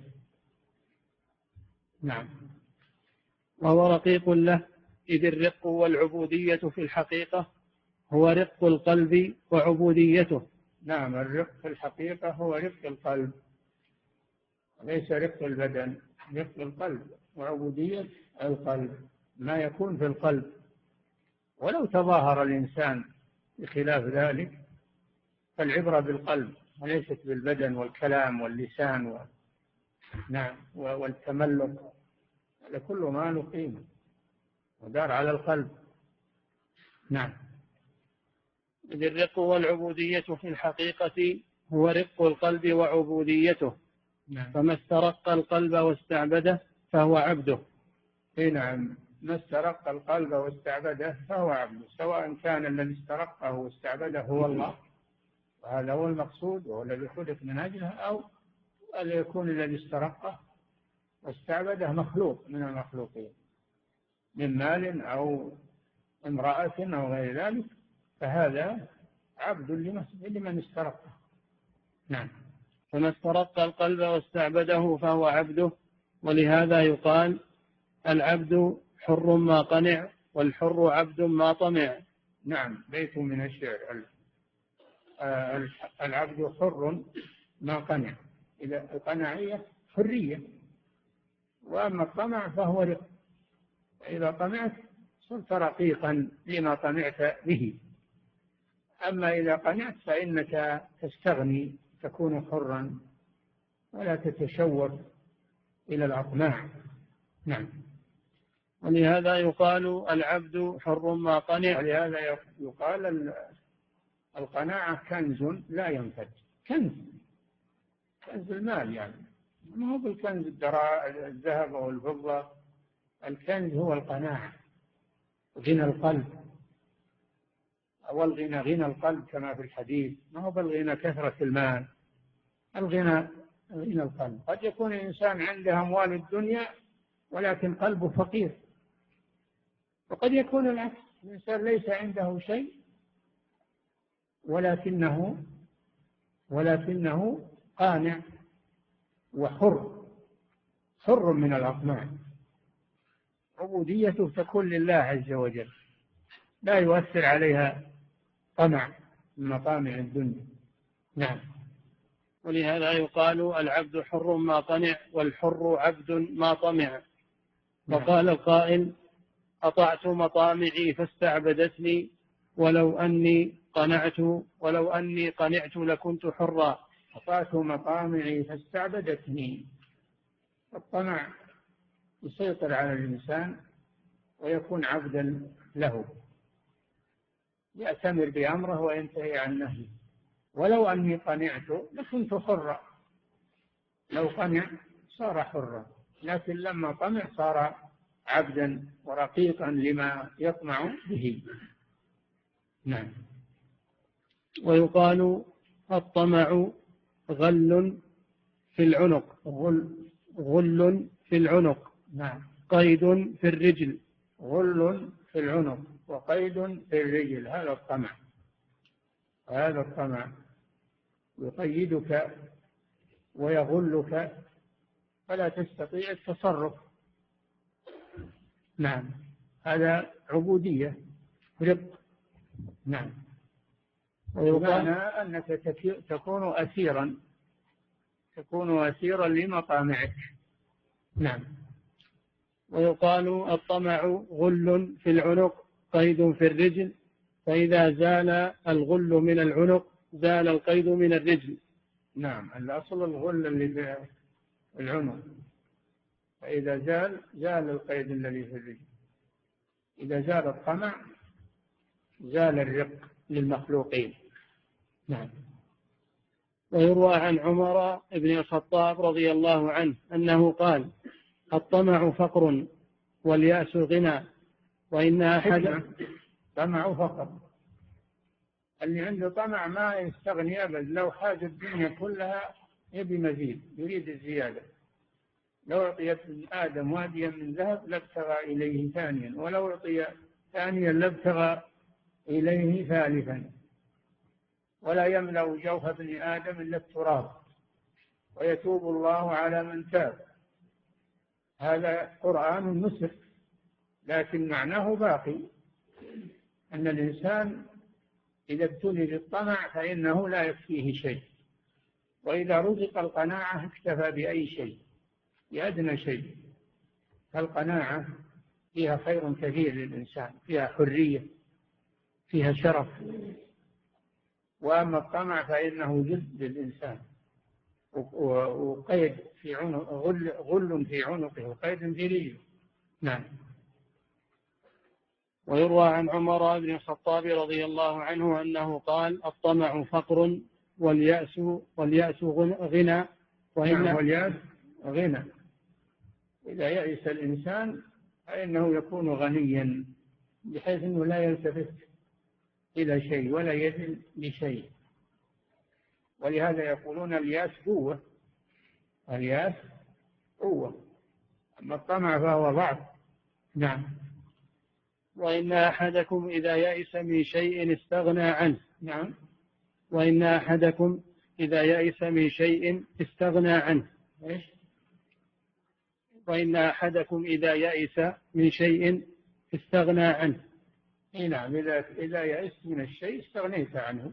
نعم. وهو رقيق له، إذ الرق والعبودية في الحقيقة هو رق القلب وعبوديته. نعم، الرق في الحقيقة هو رق القلب، ليس رق البدن، رق القلب وعبودية القلب، ما يكون في القلب. ولو تظاهر الإنسان بخلاف ذلك فالعبرة بالقلب وليست بالبدن والكلام واللسان نعم والتملك، هذا كله ما له قيمة ودار على القلب. نعم. إذ الرق والعبودية في الحقيقة هو رق القلب وعبوديته. نعم. فما استرق القلب واستعبده فهو عبده. نعم، ما استرق القلب واستعبده فهو عبده، سواء كان الذي استرقه واستعبده هو الله، وهذا هو المقصود وهو الذي خلق من أجله، أو أن يكون الذي استرقه واستعبده مخلوق من المخلوقين من مال أو امرأة أو غير ذلك، فهذا عبد لمن استرقه. نعم. فما استرق القلب واستعبده فهو عبده. ولهذا يقال العبد حر ما قنع والحر عبد ما طمع. نعم، بيت من الشعر، العبد حر ما قنع، إذا القناعية حرية، وأما الطمع فهو رق، إذا طمعت صرت رقيقا لما طمعت به، أما إذا قنعت فإنك تستغني، تكون حرا ولا تتشوف إلى الأطماع. نعم. ولهذا يقال العبد حر ما قنع. ولهذا يقال القناعة كنز لا ينفد. كنز المال، يعني ما هو بالكنز الذهب أو الفضة، الكنز هو القناعة، غنى القلب. والغنى غنى القلب كما في الحديث، ما هو بالغنى كثرة المال، الغنى غنى القلب. قد يكون الإنسان عنده أموال الدنيا ولكن قلبه فقير، وقد يكون العكس، الإنسان ليس عنده شيء ولكنه قانع وحر من الأطماع. عبوديته تكون لله عز وجل، لا يؤثر عليها طمع من مطامع الدنيا. نعم. ولهذا يقال العبد حر ما قنع والحر عبد ما طمع. وقال القائل أطعت مطامعي فاستعبدتني ولو أني قنعت لكنت حرا. أطعت مطامعي فاستعبدتني. الطمع يسيطر على الإنسان ويكون عبدا له، يأتمر بأمره وينتهي عن نهيه. ولو أني قنعت لكنت حرا، لو قنع صار حرا، لكن لما طمع صار عبدا ورقيقا لما يطمع به. نعم. ويقال الطمع غل في العنق. غل في العنق. نعم. قيد في الرجل. غل في العنق وقيد في الرجل، هذا الطمع. هذا الطمع يقيدك ويغلك فلا تستطيع التصرف. نعم، هذا عبودية، رق. نعم. ويقال أنك تكون أسيرا لمطامعك. نعم. ويقال الطمع غل في العنق قيد في الرجل، فإذا زال الغل من العنق زال القيد من الرجل. نعم، الأصل الغل اللي في العنق، فإذا زال القيد الذي في الرجل. إذا زال الطمع زال الرق للمخلوقين. نعم. ويروى عن عمر بن الخطاب رضي الله عنه أنه قال الطمع فقر واليأس غنى وإن أحد طمع فقط. اللي عنده طمع ما يستغني أبدا، لو حاج الدنيا كلها يبي مزيد، يريد الزيادة. لو أعطي آدم واديا من ذهب لابتغى إليه ثانيا، ولو أعطي ثانيا لابتغى إليه ثالثا. ولا يملأ جوف ابن آدم إلا التراب، ويتوب الله على من تاب. هذا قرآن نسخ، لكن معناه باقي، أن الإنسان إذا ابتلي بالطمع فإنه لا يكفيه شيء، وإذا رزق القناعة اكتفى بأي شيء، بأدنى شيء. فالقناعة فيها خير كثير للإنسان، فيها حرية، فيها شرف. وأما الطمع فإنه جلد للإنسان، وقيد في عنق، غل في عنقه، وقيد في رجله. نعم. ويروى عن عمر بن الخطاب رضي الله عنه أنه قال: الطمع فقر، واليأس غنى. واليأس غنى. إذا يأس الإنسان فإنه يكون غنيا، بحيث أنه لا يلتفت إلى شيء ولا يذل لشيء. ولهذا يقولون اليأس قوة، اليأس قوة، أما الطمع فهو ضعف. نعم. وإن أحدكم إذا يئس من شيء استغنى عنه. نعم. وإن أحدكم إذا يئس من شيء استغنى عنه. إيش؟ وإن أحدكم إذا يئس من شيء استغنى عنه. نعم. إذا يئست من الشيء استغنيت عنه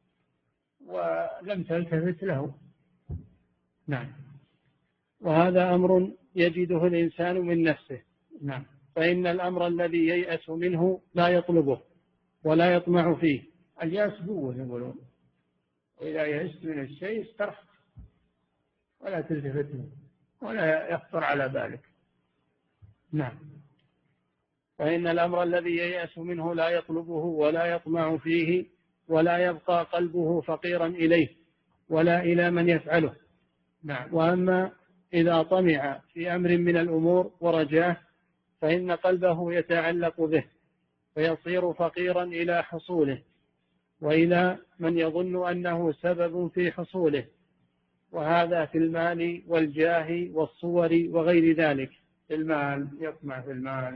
ولم تلتفت له. نعم. وهذا أمر يجده الإنسان من نفسه. نعم. فإن الأمر الذي ييأس منه لا يطلبه ولا يطمع فيه. اليأس قوة يقولون، إذا يئست من الشيء استرحت ولا تلتفت له ولا يخطر على بالك. نعم. فإن الأمر الذي ييأس منه لا يطلبه ولا يطمع فيه، ولا يبقى قلبه فقيرا إليه ولا إلى من يفعله. نعم. وأما إذا طمع في أمر من الأمور ورجاه فإن قلبه يتعلق به، فيصير فقيرا إلى حصوله وإلى من يظن أنه سبب في حصوله، وهذا في المال والجاه والصور وغير ذلك. المال، يطمع في المال،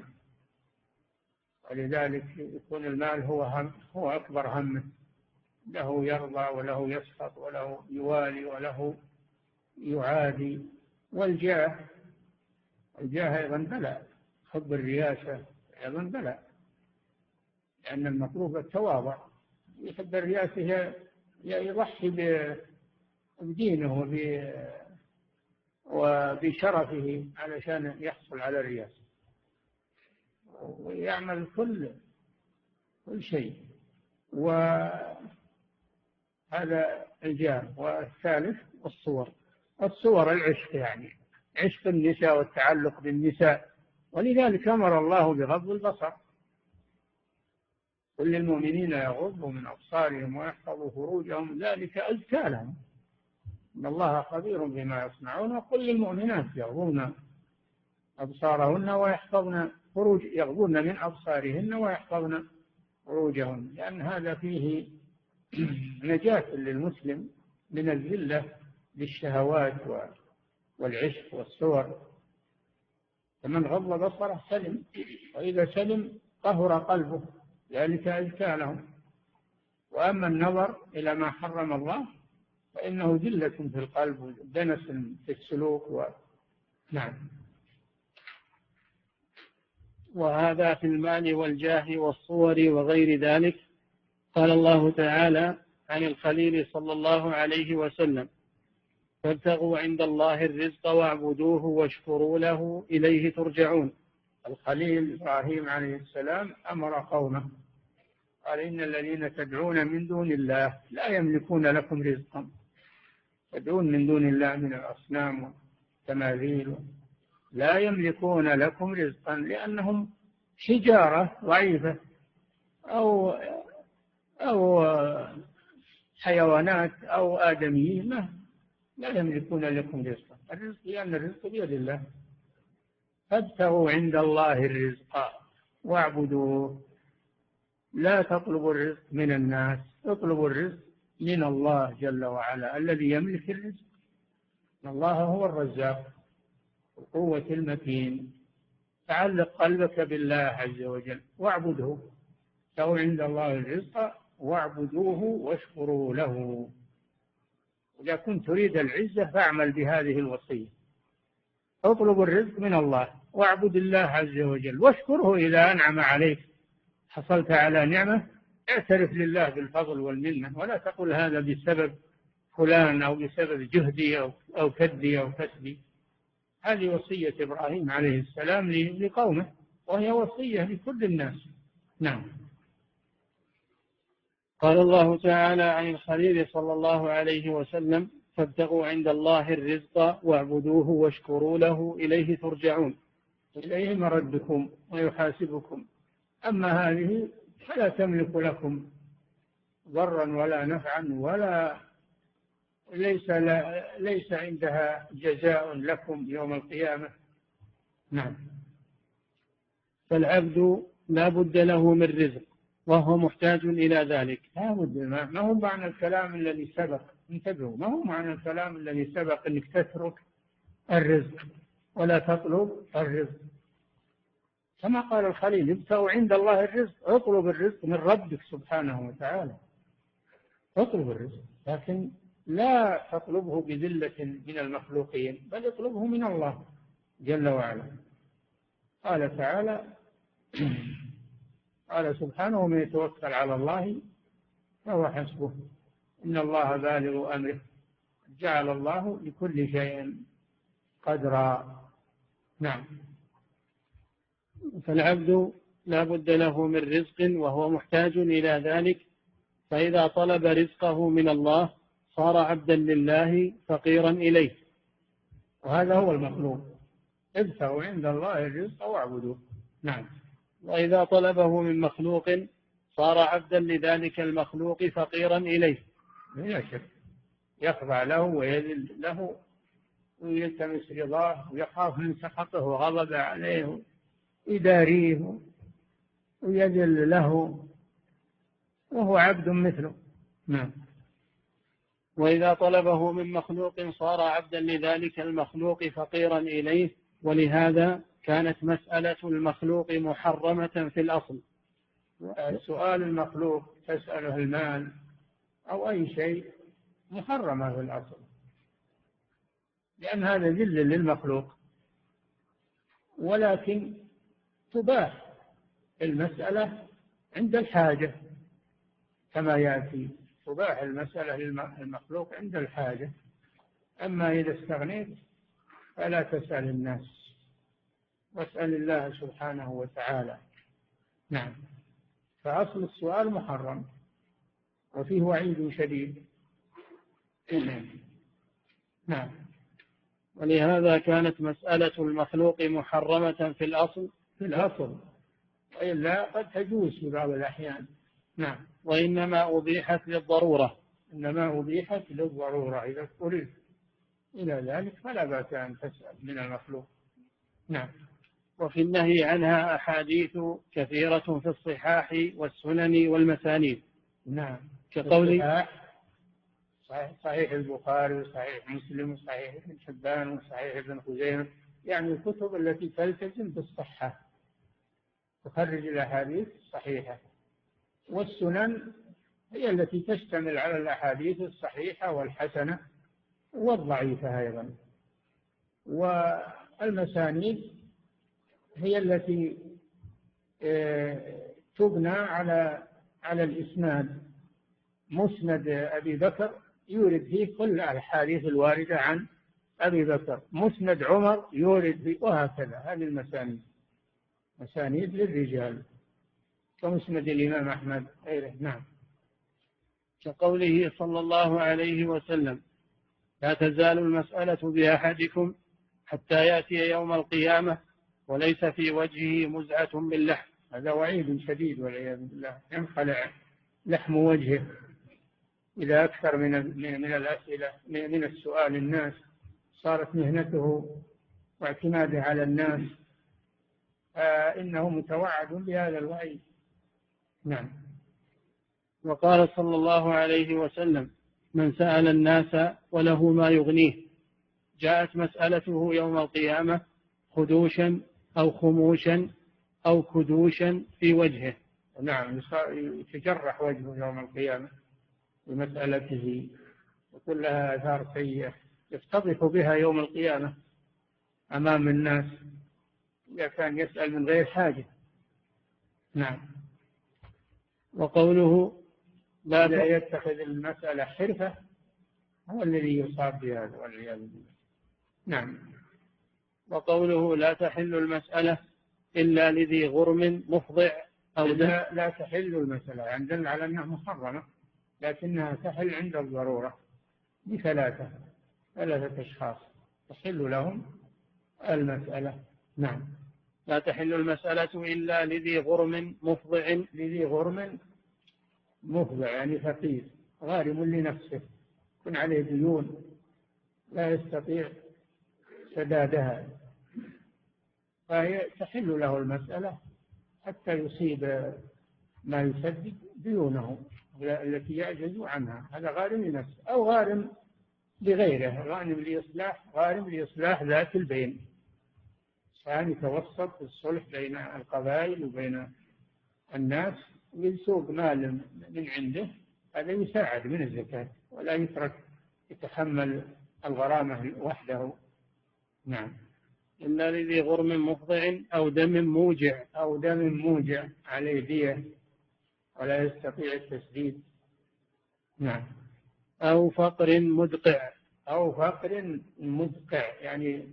ولذلك يكون المال هو أكبر همه، له يرضى وله يسخط وله يوالي وله يعادي. والجاه أيضا بلاء، حب الرياسة أيضا بلاء، لأن المطلوب التواضع. يحب الرياسة يضحي بدينه وبشرفه علشان يحصل على الرياسة، ويعمل كل شيء. وهذا الجاه. والثالث الصور العشق، يعني عشق النساء والتعلق بالنساء، ولذلك أمر الله بغض البصر. قل للمؤمنين يغضوا من أبصارهم ويحفظوا فروجهم ذلك أزكى لهم إن الله خبير بما يصنعون. وقل للمؤمنات يغضون أبصارهن ويحفظن يغضون من أبصارهن ويحفظن فروجهن، لأن هذا فيه نجاة للمسلم من الذلة للشهوات والعشق والصور. فمن غض بصره سلم، وإذا سلم طهر قلبه، ذلك أزكى لهم. وأما النظر إلى ما حرم الله فإنه ذلة في القلب ودنس في السلوك نعم. وهذا في المال والجاه والصور وغير ذلك. قال الله تعالى عن الخليل صلى الله عليه وسلم: فابتغوا عند الله الرزق واعبدوه واشكروا له إليه ترجعون. الخليل إبراهيم عليه السلام أمر قومه قال: إن الذين تدعون من دون الله لا يملكون لكم رزقا. تدعون من دون الله من الأصنام والتماثيل لا يملكون لكم رزقا، لأنهم حجارة ضعيفة أو حيوانات أو آدميين لا يملكون لكم رزقا. الرزق لأن الرزق بيد الله. فابتغوا عند الله الرزق واعبدوه. لا تطلبوا الرزق من الناس، اطلبوا الرزق من الله جل وعلا الذي يملك الرزق. الله هو الرزاق القوة المتين. تعلق قلبك بالله عز وجل واعبده. لو عند الله الرزق واعبدوه واشكروا له. إذا كنت تريد العزة فاعمل بهذه الوصية. اطلب الرزق من الله واعبد الله عز وجل واشكره إذا أنعم عليك. حصلت على نعمة اعترف لله بالفضل والمنة، ولا تقل هذا بسبب فلان أو بسبب جهدي أو كدي أو كسبي. هذه وصية إبراهيم عليه السلام لقومه، وهي وصية لكل الناس. نعم. قال الله تعالى عن الخليل صلى الله عليه وسلم: فابتغوا عند الله الرزق واعبدوه واشكروا له إليه ترجعون. إليه مردكم ويحاسبكم. أما هذه فلا تملك لكم ضرا ولا نفعا، ولا ليس عندها جزاء لكم يوم القيامة. نعم. فالعبد لا بد له من رزق وهو محتاج إلى ذلك. لا بد. ما هو معنى الكلام الذي سبق، انتبهوا، ما هو معنى الكلام الذي سبق أنك تترك الرزق ولا تطلب الرزق. كما قال الخليل: ابتغوا عند الله الرزق. اطلب الرزق من ربك سبحانه وتعالى، اطلب الرزق، لكن لا تطلبه بذلة من المخلوقين، بل اطلبه من الله جل وعلا. قال تعالى: قال سبحانه: ومن يتوكل على الله فهو حسبه إن الله بالغ أمره جعل الله لكل شيء قدرا. نعم. فالعبد لا بد له من رزق وهو محتاج إلى ذلك، فإذا طلب رزقه من الله صار عبدا لله فقيرا إليه، وهذا هو المطلوب. ابتغوا عند الله الرزق واعبدوه. نعم. وإذا طلبه من مخلوق صار عبدا لذلك المخلوق فقيرا إليه. لا شك، يخضع له ويذل له ويلتمس رضاه ويخاف من سخطه وغضب عليه يداريه ويذل له وهو عبد مثله. نعم. وإذا طلبه من مخلوق صار عبدا لذلك المخلوق فقيرا إليه، ولهذا كانت مسألة المخلوق محرمة في الأصل. سؤال المخلوق تسأله المال أو أي شيء محرمة في الأصل، لأن هذا ذل للمخلوق، ولكن تباح المسألة عند الحاجة كما يأتي. تباح المسألة للمخلوق عند الحاجة. أما إذا استغنيت فلا تسأل الناس، واسأل الله سبحانه وتعالى. نعم. فأصل السؤال محرم وفيه وعيد شديد. نعم. ولهذا كانت مسألة المخلوق محرمة في الأصل، وإلا قد تجوز في بعض الأحيان. نعم. وإنما أبيحت للضرورة. إنما أبيحت للضرورة. إذا اضطررت إلى ذلك فلا بأس أن تسأل من المخلوق. نعم. وفي النهي عنها أحاديث كثيرة في الصحاح والسنن والمسانيد. نعم. كقول صحيح البخاري وصحيح مسلم وصحيح ابن حبان وصحيح ابن خزيمة، يعني الكتب التي تلتزم بالصحة تخرج الأحاديث الصحيحة. والسنن هي التي تشتمل على الأحاديث الصحيحة والحسنة والضعيفة أيضا. والمسانيد هي التي تبنى على الإسناد. مسند أبي بكر يورد فيه كل الأحاديث الواردة عن أبي بكر، مسند عمر يورد فيه، وهكذا. هذه المسانيد مسانيد للرجال كمسند الإمام أحمد غيره. نعم. كقوله صلى الله عليه وسلم: لا تزال المسألة بأحدكم حتى يأتي يوم القيامة وليس في وجهه مزعة من لحم. هذا وعيد شديد والعياذ بالله. ينخلع لحم وجهه إذا أكثر من الأسئلة، من السؤال الناس، صارت مهنته واعتماده على الناس. فإنه متوعد بهذا الوعيد. نعم. وقال صلى الله عليه وسلم: من سأل الناس وله ما يغنيه جاءت مسألته يوم القيامة خدوشا أو خموشا أو كدوشا في وجهه. نعم، يتجرح وجهه يوم القيامة بمسألته، وكلها آثار سيئة يفتضح بها يوم القيامة أمام الناس إذا كان يسأل من غير حاجة. نعم. وقوله لا يتخذ المسألة حرفة هو الذي يصاب بهذا والعياذ بالله. نعم. وقوله لا تحل المسألة إلا لذي غرم مفضع أو لا تحل المسألة يعني دل على أنها محرمة، لكنها تحل عند الضرورة بثلاثة أشخاص تحل لهم المسألة. نعم. لا تحل المسألة إلا لذي غرم مفضع. لذي غرم مفضع يعني فقير غارم لنفسه يكون عليه ديون لا يستطيع سدادها، فهي تحل له المسألة حتى يصيب ما يسدد ديونه التي يعجز عنها. هذا غارم لنفسه، أو غارم لغيره، غارم لإصلاح ذات البين، كان يتوسط في الصلح بين القبائل وبين الناس ويسوق مال من عنده، هذا يساعد من الزكاة ولا يترك يتحمل الغرامة وحده. نعم. إلا لذي غرم مفضع أو دم موجع عليه دية ولا يستطيع التسديد. نعم. أو فقر مدقع يعني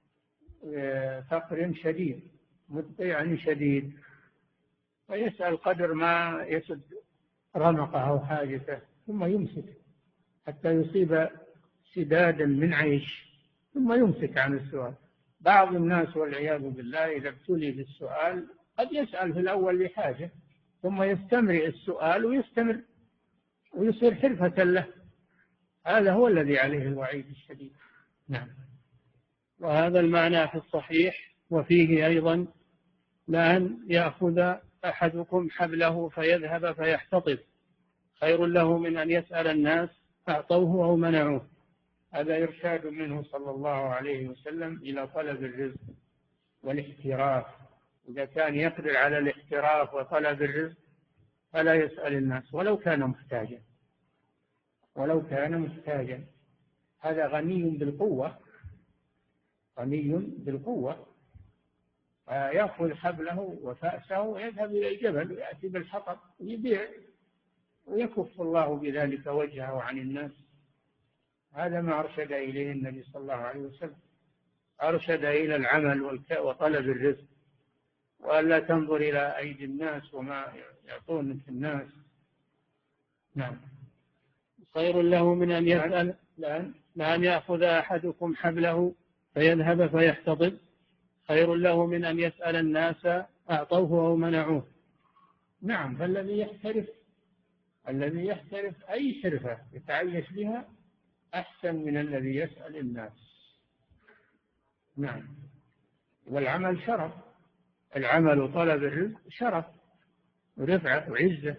فقر شديد، مدقع يعني شديد، ويسأل قدر ما يسد رمقه أو حاجته ثم يمسك حتى يصيب سدادا من عيش ثم يمسك عن السؤال. بعض الناس والعياذ بالله إذا ابتلي بالسؤال قد يسأل في الأول لحاجة ثم يستمرئ السؤال ويستمر ويصير حرفة له، هذا هو الذي عليه الوعيد الشديد. نعم. وهذا المعنى في الصحيح. وفيه أيضا: لأن يأخذ أحدكم حبله فيذهب فيحتطب خير له من أن يسأل الناس أعطوه أو منعوه. هذا إرشاد منه صلى الله عليه وسلم إلى طلب الرزق والاحتراف. إذا كان يقدر على الاحتراف وطلب الرزق فلا يسأل الناس ولو كان محتاجا. هذا غني بالقوة يأخذ حبله وفأسه ويذهب إلى الجبل ويأتي بالحطب يبيع ويكف الله بذلك وجهه عن الناس. هذا ما أرشد إليه النبي صلى الله عليه وسلم، أرشد إلى العمل وطلب الرزق، وألا تنظر إلى أيدي الناس وما يعطون الناس. نعم. خير له من أن يسأل لأن يأخذ أحدكم حبله فيذهب فيحتضب خير له من أن يسأل الناس أعطوه أو منعوه. نعم. فالذي يحترف أي حرفة يتعيش بها أحسن من الذي يسأل الناس. نعم. والعمل شرف، العمل وطلب الرزق شرف ورفعة وعزة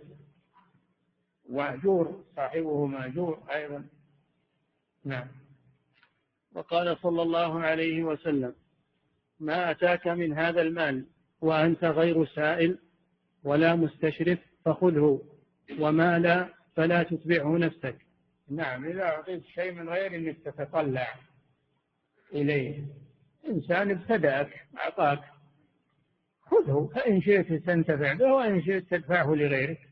وأجور، صاحبه مأجور أيضا. نعم. وقال صلى الله عليه وسلم: ما أتاك من هذا المال وأنت غير سائل ولا مستشرف فخذه، وما لا فلا تتبعه نفسك. نعم. إذا أعطيت شيء من غير أنك تتطلع إليه، إنسان ابتدأك أعطاك، خذه، فإن شئت تنتفع به وإن شئت تدفعه لغيرك،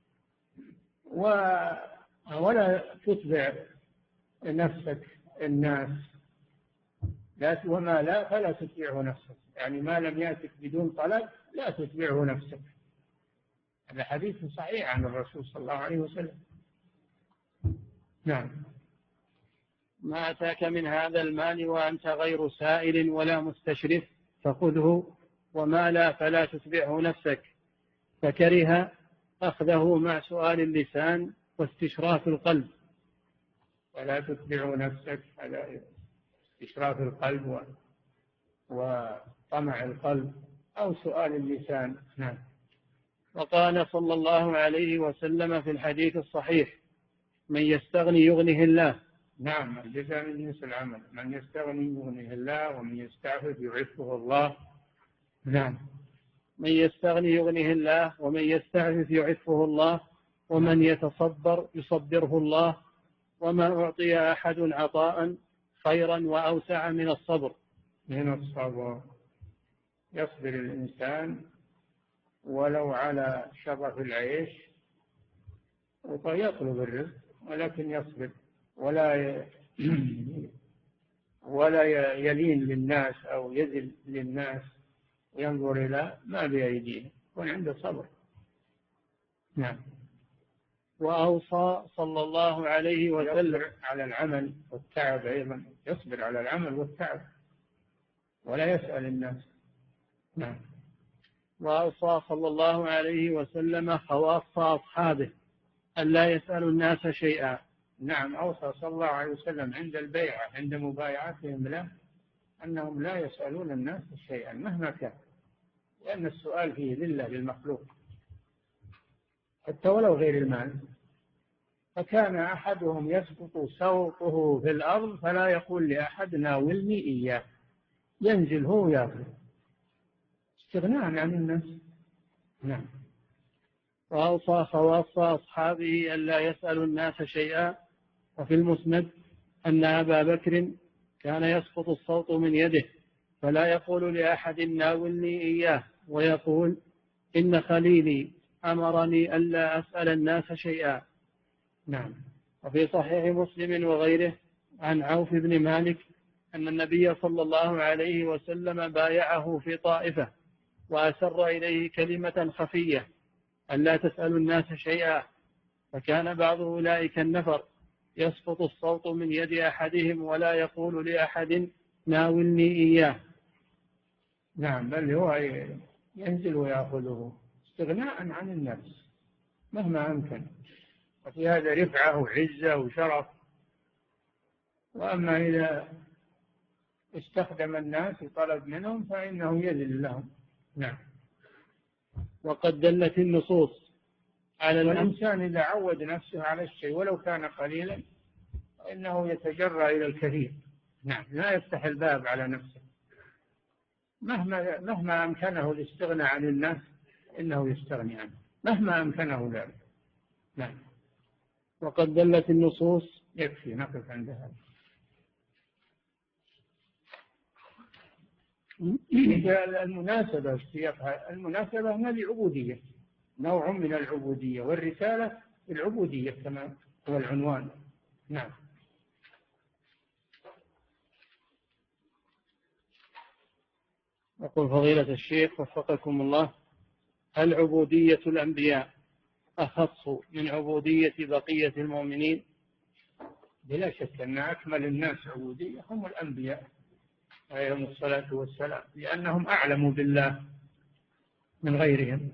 ولا تتبع نفسك الناس. وما لا فلا تتبعه نفسك، يعني ما لم يأتك بدون طلب لا تتبعه نفسك. هذا حديث صحيح عن الرسول صلى الله عليه وسلم. نعم. ما أتاك من هذا المال وأنت غير سائل ولا مستشرف فخذه، وما لا فلا تتبعه نفسك. فكره أخذه مع سؤال اللسان واستشراف القلب. ولا تتبعه نفسك، هذا استشراف القلب وطمع القلب. أو سؤال اللسان. نعم. وقال صلى الله عليه وسلم في الحديث الصحيح: من يستغني يغنه الله. نعم، الجزاء من جنس العمل، من يستغني يغنه الله ومن يستعفف يعفه الله. نعم. من يستغني يغنه الله ومن يستعفف يعفه الله ومن يتصبر يصبره الله وما أعطي أحد عطاء خيرا وأوسع من الصبر. من الصبر، يصبر الإنسان ولو على شرف العيش ويطلب الرزق، ولكن يصبر ولا يلين للناس أو يذل للناس وينظر إلى ما بأيديه، يكون عنده صبر. نعم. وأوصى صلى الله عليه وسلم يصبر على العمل والتعب أيضا، يصبر على العمل والتعب ولا يسأل الناس. نعم. وأوصى صلى الله عليه وسلم خواص أصحابه أن لا يسألوا الناس شيئا. نعم، أوصى صلى الله عليه وسلم عند البيعة، عند مبايعتهم له، أنهم لا يسألون الناس شيئا مهما كان، لأن السؤال فيه ذلة للمخلوق حتى ولو غير المال. فكان أحدهم يسقط سوطه في الأرض فلا يقول لأحد ناولني إياه، ينزل هو ويأخذ استغناء عن الناس. نعم. وأوصى خواص أصحابه أن لا يسألوا الناس شيئا. وفي المسند أن أبا بكر كان يسقط الصوت من يده فلا يقول لأحد ناولني إياه، ويقول: إن خليلي أمرني ألا أسأل الناس شيئا. نعم. وفي صحيح مسلم وغيره عن عوف بن مالك أن النبي صلى الله عليه وسلم بايعه في طائفة وأسر إليه كلمة خفية: ألا تسألوا الناس شيئا. فكان بعض أولئك النفر يسقط الصوت من يد أحدهم ولا يقول لأحد ناولني إياه. نعم، بل هو ينزل ويأخذه استغناء عن الناس مهما أمكن، وفي هذا رفعة وعزة وشرف. وأما إذا استخدم الناس وطلب منهم فإنه يذل لهم. نعم. وقد دلت النصوص على الإنسان إذا عود نفسه على الشيء ولو كان قليلا فإنه يتجرأ إلى الكثير. نعم. لا يفتح الباب على نفسه، مهما أمكنه الاستغناء عن الناس إنه يستغني عنه مهما أمكنه ذلك. نعم. وقد دلت النصوص. يكفي نقف عند هذا. المناسبة هنا لعبودية، نوع من العبودية، والرسالة العبودية كما هو العنوان. نعم. يقول فضيلة الشيخ وفقكم الله: هل عبودية الأنبياء أخص من عبودية بقية المؤمنين؟ بلا شك أن أكمل الناس عبودية هم الأنبياء عليهم الصلاة والسلام، لأنهم أعلم بالله من غيرهم،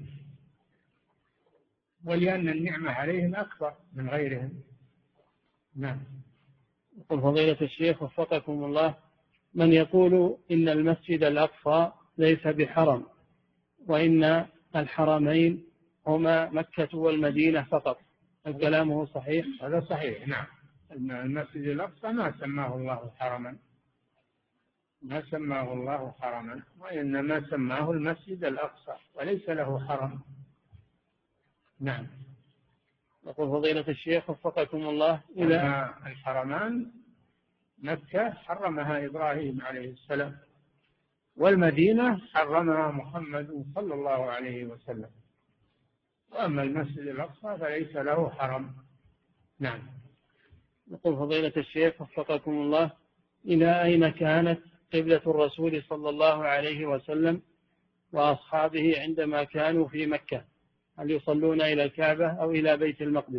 ولأن النعمة عليهم أكبر من غيرهم. نعم. يقول فضيلة الشيخ وفقكم الله: من يقول إن المسجد الأقصى ليس بحرم وإن الحرمين هما مكة والمدينة فقط، الكلام صحيح؟ هذا صحيح. نعم. المسجد الأقصى ما سماه الله حرما، ما سماه الله حرما، وإنما سماه المسجد الأقصى وليس له حرم. نعم. يقول فضيلة الشيخ وفقكم الله: إلى الحرمان مكة حرمها إبراهيم عليه السلام، والمدينة حرمها محمد صلى الله عليه وسلم، وأما المسجد الأقصى فليس له حرم. نعم. يقول فضيلة الشيخ وفقكم الله: إلى أين كانت قبلة الرسول صلى الله عليه وسلم وأصحابه عندما كانوا في مكة؟ هل يصلون إلى الكعبة أو إلى بيت المقدس؟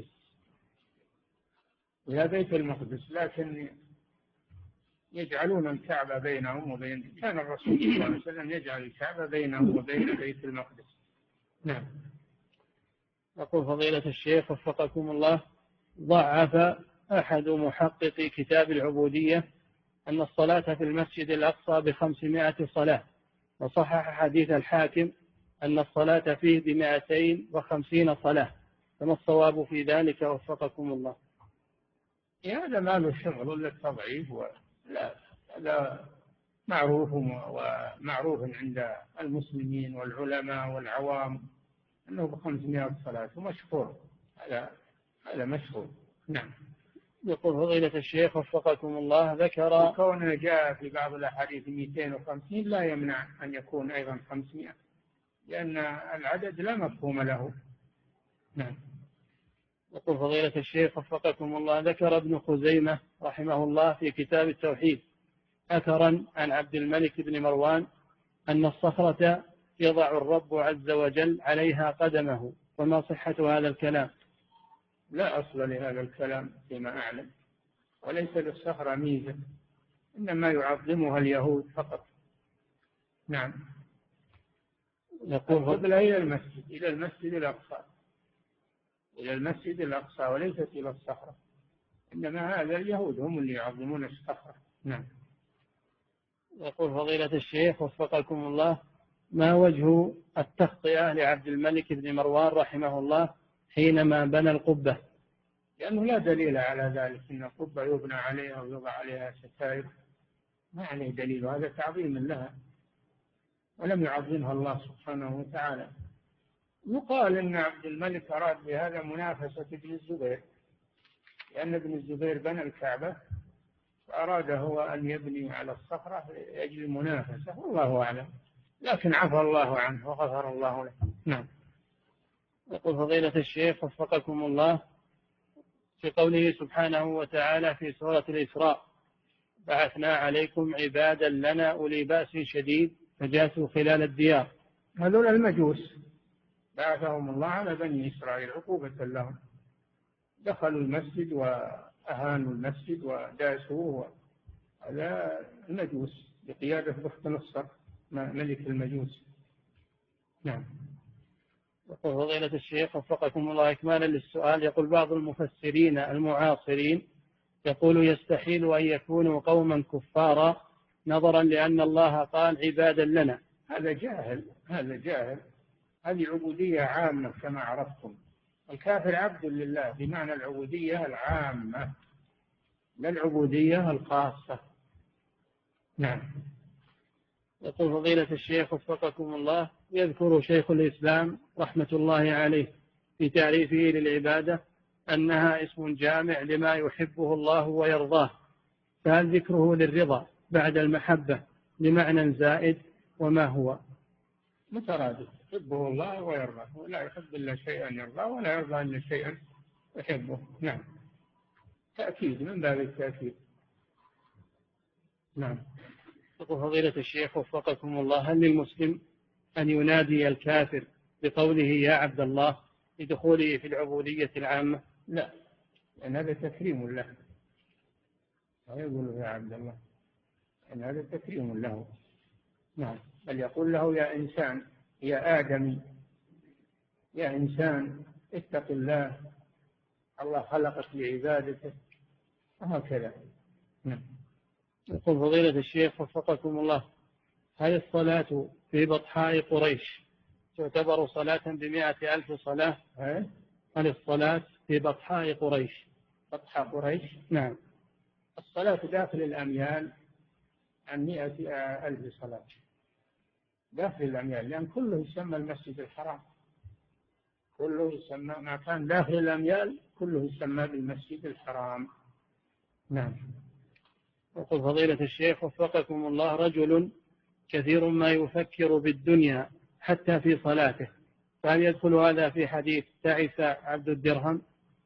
إلى بيت المقدس، لكن يجعلون الكعبة بينهم وبين، كان الرسول صلى الله عليه وسلم يجعل الكعبة بينهم وبين بيت المقدس. نعم. يقول فضيلة الشيخ وفقكم الله: ضعف أحد محققي كتاب العبودية أن الصلاة في المسجد الأقصى ب500 صلاة، وصحح حديث الحاكم أن الصلاة فيه ب250 صلاة، فما الصواب في ذلك وفقكم الله؟ هذا ما له شغل ولا التضعيف لا، هذا ومعروف عند المسلمين والعلماء والعوام أنه ب500 صلاة ومشهور، هذا مشهور. نعم. يقول فضيلة الشيخ وفقكم الله، ذكر كونه جاء في بعض الأحاديث 250 لا يمنع أن يكون أيضا 500، لأن العدد لا مفهوم له. نعم. يقول فضيلة الشيخ وفقكم الله، ذكر ابن خزيمة رحمه الله في كتاب التوحيد أثرا عن عبد الملك بن مروان أن الصخرة يضع الرب عز وجل عليها قدمه، وما صحة هذا الكلام؟ لا أصل لهذا الكلام فيما أعلم، وليس للصخرة ميزة، إنما يعظمها اليهود فقط. نعم. يقول القبلة إلى المسجد الأقصى، إلى المسجد الأقصى وليست إلى الصخرة، إنما هذا اليهود هم اللي يعظمون الصخرة. نعم. يقول فضيلة الشيخ وفقكم الله، ما وجه التخطئة لعبد الملك بن مروان رحمه الله حينما بنى القبة؟ لأنه لا دليل على ذلك، إن القبة يبنى عليها ويوضع عليها ستائر، ما عليه دليل، هذا تعظيم لها ولم يعظمها الله سبحانه وتعالى. يقال إن عبد الملك أراد بهذا منافسة ابن الزبير، لأن ابن الزبير بنى الكعبة فأراد هو أن يبني على الصخرة لأجل المنافسة، والله أعلم، لكن عفى الله عنه وغفر الله له. نعم. يقول فضيلة الشيخ وفقكم الله، في قوله سبحانه وتعالى في سورة الإسراء: بعثنا عليكم عبادا لنا أولي بأس شديد فجاسوا خلال الديار، هذول المجوس بعثهم الله على بني إسرائيل عقوبة لهم، دخلوا المسجد وأهانوا المسجد وداسوه، هذا المجوس بقيادة بخت نصر ملك المجوس. نعم. يقول فضيلة الشيخ وفقكم الله إكمالا للسؤال، يقول بعض المفسرين المعاصرين يقول يستحيل أن يكونوا قوما كفارا نظرا لأن الله قال عبادا لنا. هذا جاهل، هذه عبودية عامة كما عرفتم، الكافر عبد لله بمعنى العبودية العامة لا العبودية الخاصة. نعم. يقول فضيلة الشيخ وفقكم الله، يذكر شيخ الإسلام رحمة الله عليه في تعريفه للعبادة أنها اسم جامع لما يحبه الله ويرضاه، فهل ذكره للرضا بعد المحبة لمعنى زائد، وما هو؟ مترادف، يحبه الله ويرضاه، ولا يحب إلا شيئا يرضاه ولا يرضى إلا شيئا يحبه. نعم، تأكيد من باب التأكيد. نعم. يقول فضيلة الشيخ وفقكم الله، هل للمسلم أن ينادي الكافر بقوله يا عبد الله لدخوله في العبودية العامة؟ لا، لأن هذا تكريم له، لا يقول يا عبد الله، لأن هذا تكريم له. نعم، بل يقول له يا إنسان، يا آدمي، يا إنسان اتق الله، الله خلقك لعبادته، وهكذا. نعم. يقول فضيلة الشيخ وفقكم الله، هل الصلاة في بطحاء قريش تعتبر صلاة ب100,000 صلاة؟ هل الصلاة في بطحاء قريش؟ بطحاء قريش؟ نعم. الصلاة داخل الأميال عن 100,000 صلاة داخل الأميال، لأن كله يسمى المسجد الحرام، كله يسمى ما كان داخل الأميال كله يسمى بالمسجد الحرام. نعم. يقول فضيلة الشيخ وفقكم الله، رجل كثير ما يفكر بالدنيا حتى في صلاته، فهل يدخل هذا في حديث تعس عبد الدرهم؟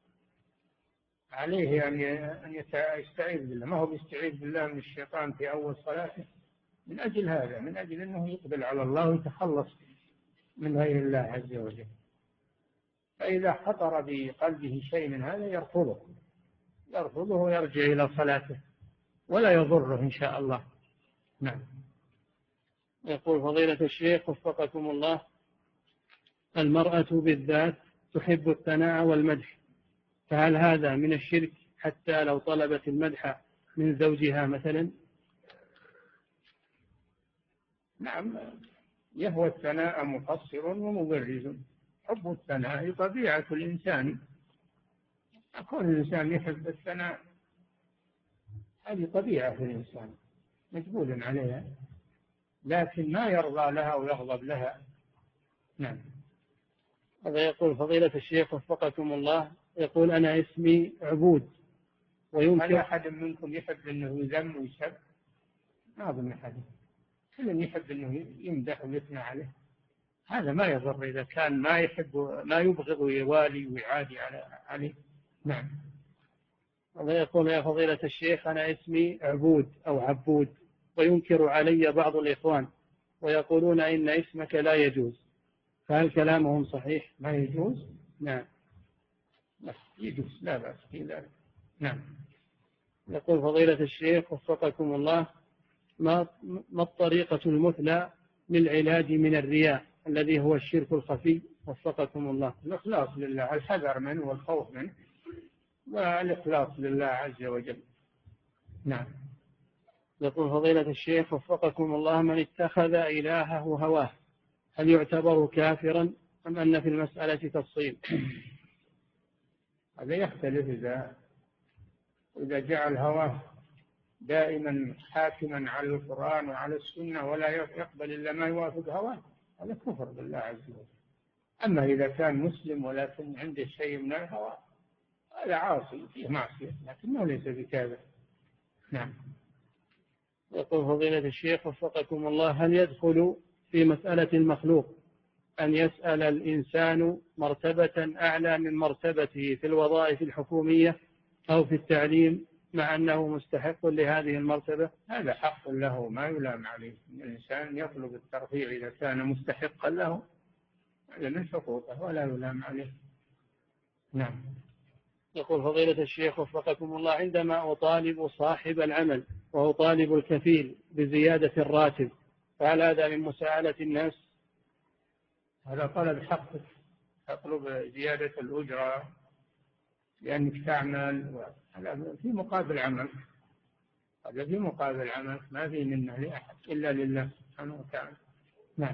عليه أن يستعيذ بالله، ما هو بيستعيذ بالله من الشيطان في أول صلاته، من أجل هذا، من أجل أنه يقبل على الله ويتخلص من غير الله عز وجل. فإذا خطر بقلبه شيء من هذا يرفضه ويرجع إلى صلاته ولا يضره إن شاء الله. نعم. يقول فضيلة الشيخ وفقكم الله، المرأة بالذات تحب الثناء والمدح، فهل هذا من الشرك حتى لو طلبت المدح من زوجها مثلا؟ نعم، يهوى الثناء مقصر ومبرز. حب الثناء طبيعة الإنسان، كون الإنسان يحب الثناء هذه طبيعة في الإنسان مجبول عليها، لكن ما يرضى لها ويغضب لها. نعم. هذا يقول فضيلة الشيخ وفقكم الله، يقول أنا اسمي عبود، ويمكن هل أحد منكم يحب أنه يذم ويسب؟ ما أظن أحد، كل يحب أنه يمدح ويثنى عليه، هذا ما يضر إذا كان ما يحب ما يبغض ويوالي ويعادي عليه. نعم. هذا يقول يا فضيلة الشيخ أنا اسمي عبود أو عبود، وينكر علي بعض الإخوان ويقولون إن اسمك لا يجوز، فهل كلامهم صحيح؟ ما يجوز؟ نعم. يجوز، لا بأس في ذلك. نعم. يقول فضيلة الشيخ وفقكم الله، ما الطريقة المثلى للعلاج من الرياء الذي هو الشرك الخفي وفقكم الله؟ الإخلاص لله، الحذر منه والخوف منه والإخلاص لله عز وجل. نعم. يقول فضيلة الشيخ وفقكم الله، من اتخذ إلهه هواه هل يعتبر كافرا أم أن في المسألة تفصيل؟ هذا يختلف، إذا جعل هواه دائما حاكما على القرآن وعلى السنة ولا يقبل إلا ما يوافق هواه، هذا كفر بالله عز وجل. أما إذا كان مسلم ولكن عنده شيء من الهوى هذا عاصي فيه معصية، لكنه ليس بكافر. نعم. يقول فضيلة الشيخ وفقكم الله، هل يدخل في مسألة المخلوق أن يسأل الإنسان مرتبة أعلى من مرتبته في الوظائف الحكومية أو في التعليم مع أنه مستحق لهذه المرتبة؟ هذا حق له ما يلام عليه، الإنسان يطلب الترفيع إذا كان مستحقا له، هذا من حقوقه ولا يلام عليه. نعم. يقول فضيلة الشيخ وفقكم الله، عندما أطالب صاحب العمل وأطالب الكفيل بزيادة الراتب فهل هذا من مساءلة الناس؟ هذا طلب حقك، تطلب زيادة الأجرة لأنك تعمل، هذا في مقابل عمل، هذا في مقابل عمل، ما في منه لأحد إلا لله سبحانه وتعالى. نعم.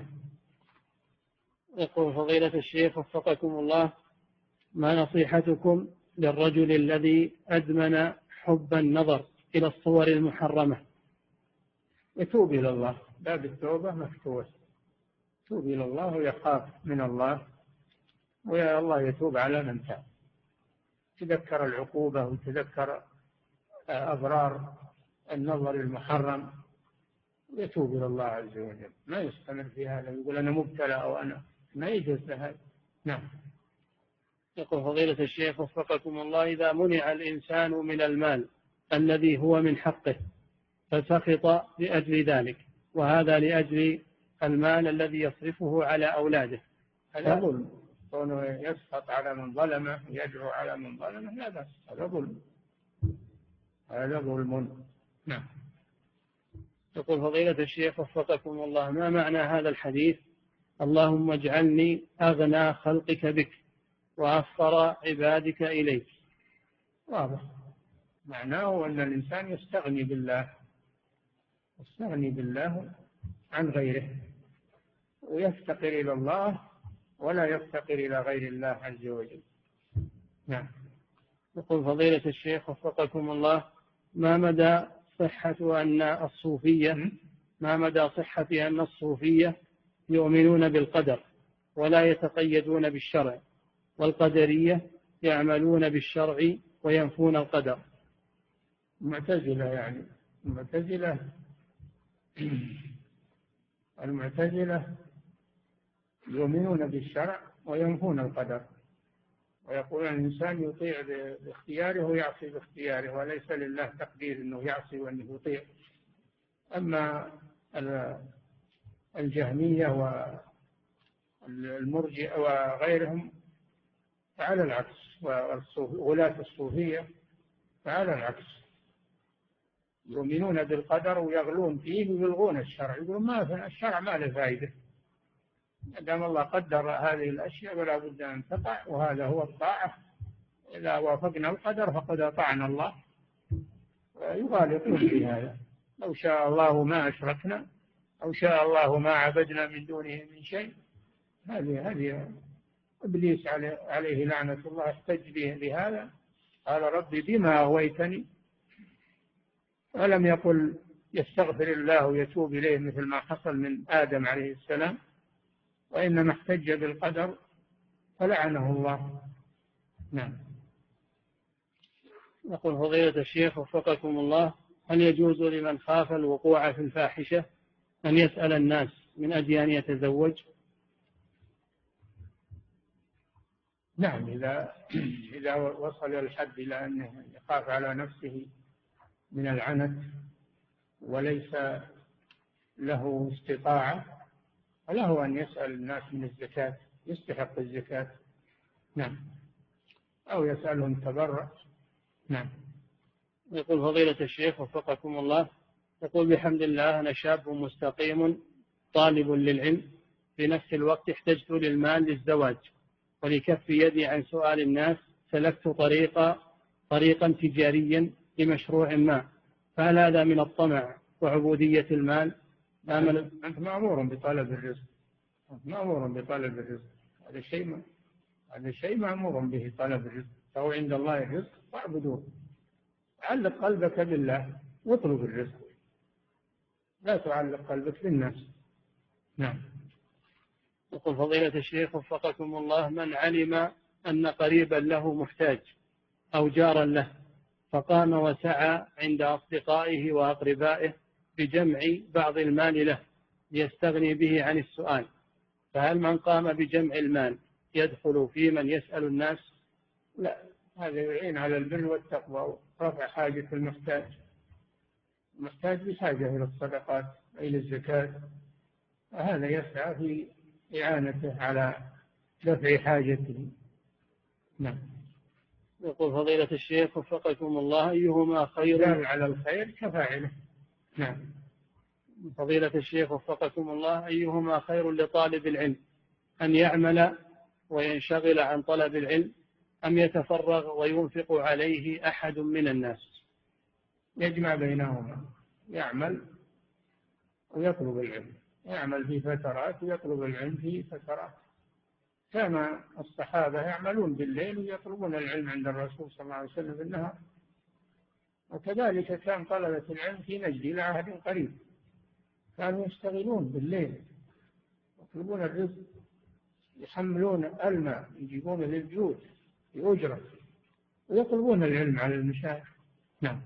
يقول فضيلة الشيخ وفقكم الله، ما نصيحتكم للرجل الذي أدمن حب النظر إلى الصور المحرمة؟ يتوب إلى الله، باب التوبة مفتوح، يتوب إلى الله ويخاف من الله، ويا الله يتوب على من تاب، تذكر العقوبة وتذكر أضرار النظر المحرم، يتوب إلى الله عز وجل، ما يستمر في هذا يقول أنا مبتلى أو أنا، ما يجوز له. نعم. يقول فضيلة الشيخ وفقكم الله، إذا منع الإنسان من المال الذي هو من حقه فسخط لأجل ذلك، وهذا لأجل المال الذي يصرفه على أولاده، هذا ظلم، كونه يسخط على من ظلمه ويدعو على من ظلمه لا بأس، هذا ظلم، هذا ظلم. نعم. يقول فضيلة الشيخ وفقكم الله، ما معنى هذا الحديث اللهم اجعلني أغنى خلقك بك وأفقر عبادك إليك؟ واضح، معناه أن الإنسان يستغني بالله عن غيره، ويفتقر إلى الله ولا يفتقر إلى غير الله عز وجل. نعم. يقول فضيلة الشيخ وفقكم الله، ما مدى صحة أن الصوفية يؤمنون بالقدر ولا يتقيدون بالشرع، والقدرية يعملون بالشرع وينفون القدر؟ المعتزلة يؤمنون بالشرع وينفون القدر، ويقول الإنسان يطيع باختياره ويعصي باختياره، وليس لله تقدير أنه يعصي وأنه يطيع. أما الجهمية والمرجئة وغيرهم فعلى العكس، وغلاة الصوفية فعلى العكس، يؤمنون بالقدر ويغلون فيه ويلغون الشرع، يقولون ما الشرع ما له فائدة، دام الله قدر هذه الأشياء ولا بد أن تقع، وهذا هو الطاعة، إذا وافقنا القدر فقد أطعنا الله، ويغالطون في هذا، لو شاء الله ما أشركنا أو شاء الله ما عبدنا من دونه من شيء. هذه إبليس عليه لعنة الله احتج بهذا، قال ربي بما أغويتني، ولم يقل يستغفر الله ويتوب إليه مثل ما حصل من آدم عليه السلام، وإنما احتج بالقدر فلعنه الله. نعم. يقول فضيلة الشيخ وفقكم الله: هل يجوز لمن خاف الوقوع في الفاحشة أن يسأل الناس من أجل أن يتزوج؟ نعم، إذا وصل الحد إلى أنه يخاف على نفسه من العنت وليس له استطاعة، فله أن يسأل الناس من الزكاة، يستحق الزكاة. نعم، أو يسألهم تبرع. نعم. يقول فضيلة الشيخ وفقكم الله: يقول بحمد الله أنا شاب مستقيم طالب للعلم، في نفس الوقت احتجت للمال للزواج، ولكف يدي عن سؤال الناس سلكت طريقا تجاريا لمشروع ما، فهل هذا من الطمع وعبودية المال؟ أنت مأمور بطلب الرزق، مأمور بطلب الرزق، هذا شيء مأمور به، طلب الرزق، فهو عند الله الرزق فاعبدوه. علق قلبك بالله واطلب الرزق، لا تعلق قلبك بالناس. نعم. يقول فضيلة الشيخ وفقكم الله: من علم أن قريبا له محتاج أو جارا له فقام وسعى عند أصدقائه وأقربائه بجمع بعض المال له ليستغني به عن السؤال، فهل من قام بجمع المال يدخل في من يسأل الناس؟ لا، هذا يعين على البر والتقوى ورفع حاجة المحتاج. المحتاج بحاجة إلى الصدقات إلى الزكاة، وهذا يسعى في إعانته على دفع حاجته. نعم. يقول فضيلة الشيخ وفقكم الله: أيهما خير؟ دال على الخير كفاعله. نعم. فضيلة الشيخ وفقكم الله: أيهما خير لطالب العلم، أن يعمل وينشغل عن طلب العلم، أم يتفرغ وينفق عليه أحد من الناس؟ يجمع بينهما، يعمل ويطلب العلم، يعمل في فترات ويطلب العلم في فترات. كان الصحابة يعملون بالليل ويطلبون العلم عند الرسول صلى الله عليه وسلم بالنهار، وكذلك كان طلبة العلم في نجد إلى عهد قريب كانوا يشتغلون بالليل يطلبون الرزق، يحملون الماء يجيبون للبيوت بأجرة ويطلبون العلم على المشايخ. نعم.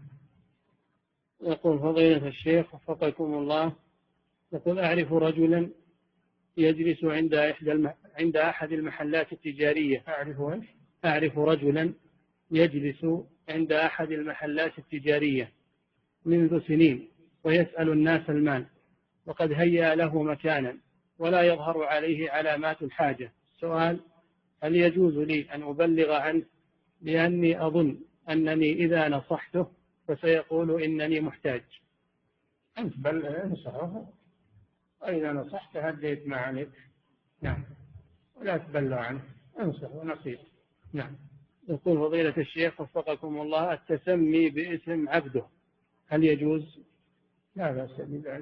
يقول فضيلة الشيخ وفقكم الله: يقول أعرف رجلا يجلس عند أحد المحلات التجارية. أعرف رجلا يجلس عند أحد المحلات التجارية منذ سنين ويسأل الناس المال، وقد هيأ له مكانا ولا يظهر عليه علامات الحاجة. السؤال: هل يجوز لي أن أبلغ عنه، لأني أظن أنني إذا نصحته فسيقول إنني محتاج؟ أنت بل انصحه، وإذا نصحت هديت ما عليك. نعم، ولا تبلغ عنه، انصحه نصيحة. نعم. يقول فضيلة الشيخ وفقكم الله: التسمي باسم عبده هل يجوز؟ لا بأس بذلك.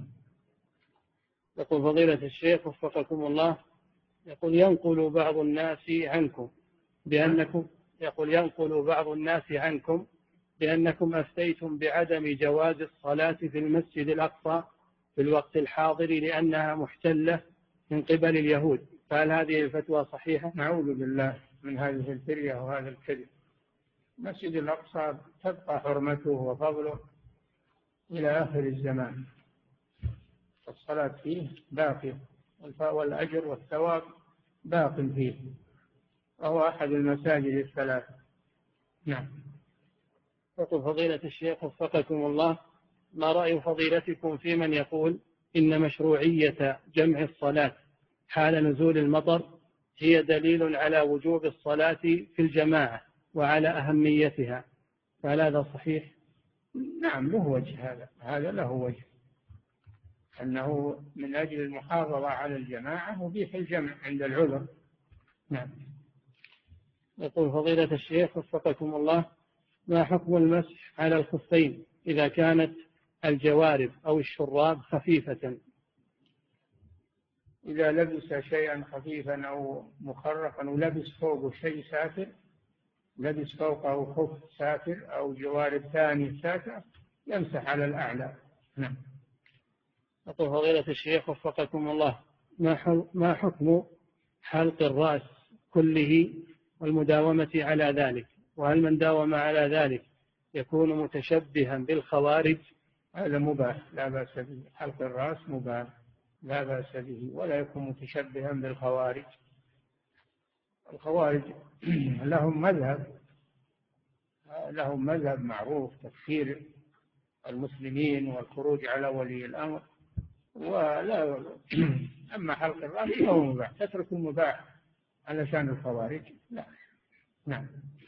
يقول فضيلة الشيخ وفقكم الله: يقول ينقل بعض الناس عنكم بأنكم أفتيتم بعدم جواز الصلاة في المسجد الأقصى في الوقت الحاضر لأنها محتلة من قبل اليهود، فهل هذه الفتوى صحيحة؟ نعوذ بالله من هذه الفرية وهذا الكذب. المسجد الأقصى تبقى حرمته وفضله إلى آخر الزمان، الصلاة فيه باقية والأجر والثواب باق فيه، وهو أحد المساجد الثلاثة. نعم. يقول فضيلة الشيخ وفقكم الله: ما رأي فضيلتكم في من يقول إن مشروعية جمع الصلاة حال نزول المطر هي دليل على وجوب الصلاة في الجماعة وعلى أهميتها، فهل هذا صحيح؟ نعم، له وجه، هذا له وجه، أنه من أجل المحافظة على الجماعة وبيح الجمع عند العذر. نعم. يقول فضيلة الشيخ وفقكم الله: ما حكم المسح على الخفين إذا كانت الجوارب أو الشراب خفيفة إذا لبس شيئا خفيفا أو مخرقا ولبس فوقه شيء ساتر، لبس فوقه خف ساتر أو جوارب ثاني ساتر، يمسح على الأعلى. نعم. يقول فضيلة الشيخ وفقكم الله، ما حكم حلق الرأس كله والمداومة على ذلك؟ وهل من داوم على ذلك يكون متشبها بالخوارج؟ هذا مباح لا بأس به، حلق الرأس مباح لا بأس به، ولا يكون متشبها بالخوارج. الخوارج لهم مذهب معروف، تكفير المسلمين والخروج على ولي الأمر، ولا أما حلق الرأس فهو مباح، تترك المباح علشان الخوارج لا. نعم.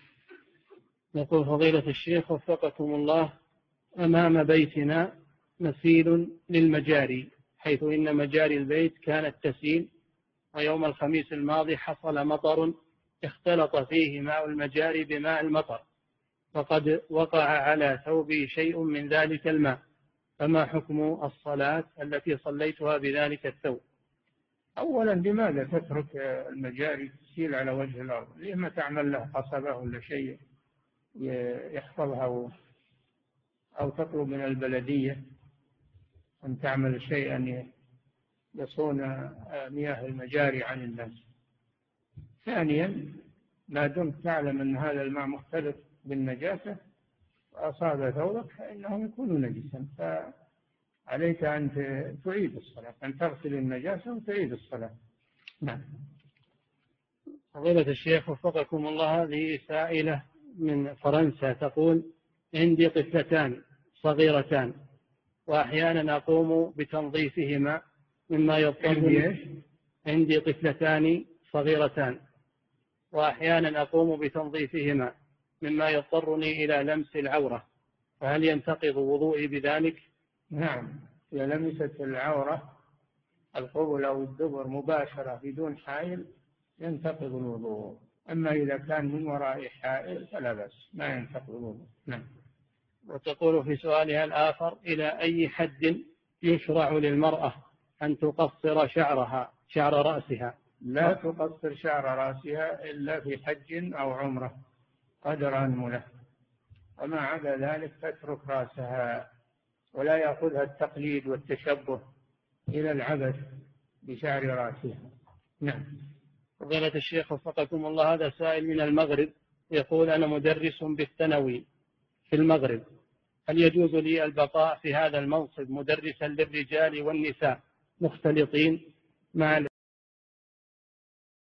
يقول فضيلة الشيخ وفقكم الله، أمام بيتنا مثيل للمجاري، حيث إن مجاري البيت كانت تسيل، ويوم الخميس الماضي حصل مطر اختلط فيه ماء المجاري بماء المطر، وقد وقع على ثوبي شيء من ذلك الماء، فما حكم الصلاة التي صليتها بذلك الثوب؟ أولا لماذا تترك المجاري تسيل على وجه الأرض؟ لما تعمل له قصبة ولا شيء يحفظها، أو تطلب من البلدية أن تعمل شيئا يصون مياه المجاري عن الناس. ثانيا ما دمت تعلم أن هذا الماء مختلط بالنجاسة وأصاب ثوبك فإنه يكون نجسا، فعليك أن تعيد الصلاة، أن تغسل النجاسة وتعيد الصلاة. نعم. فضيلة الشيخ وفقكم الله، هذه سائلة من فرنسا تقول: عندي طفلتان صغيرتان وأحيانا أقوم بتنظيفهما مما يضطرني. عندي طفلتان صغيرتان وأحيانا أقوم بتنظيفهما مما يضطرني إلى لمس العورة، فهل ينتقض وضوئي بذلك؟ نعم، إذا لمست العورة القبل أو الدبر مباشرة بدون حائل ينتقض الوضوء، أما إذا كان من وراء حائل فلا بأس، ما ينتقض الوضوء. نعم. وتقول في سؤالها الآخر: إلى أي حد يشرع للمرأة أن تقصر شعر رأسها؟ لا تقصر شعر رأسها إلا في حج أو عمرة قدر أنمله، وما عدا ذلك تترك رأسها، ولا يأخذها التقليد والتشبه إلى العبث بشعر رأسها. نعم. فضيلة الشيخ وفقكم الله، هذا سائل من المغرب يقول: أنا مدرس بالثانوي في المغرب، هل يجوز لي البقاء في هذا المنصب مدرسا للرجال والنساء مختلطين مع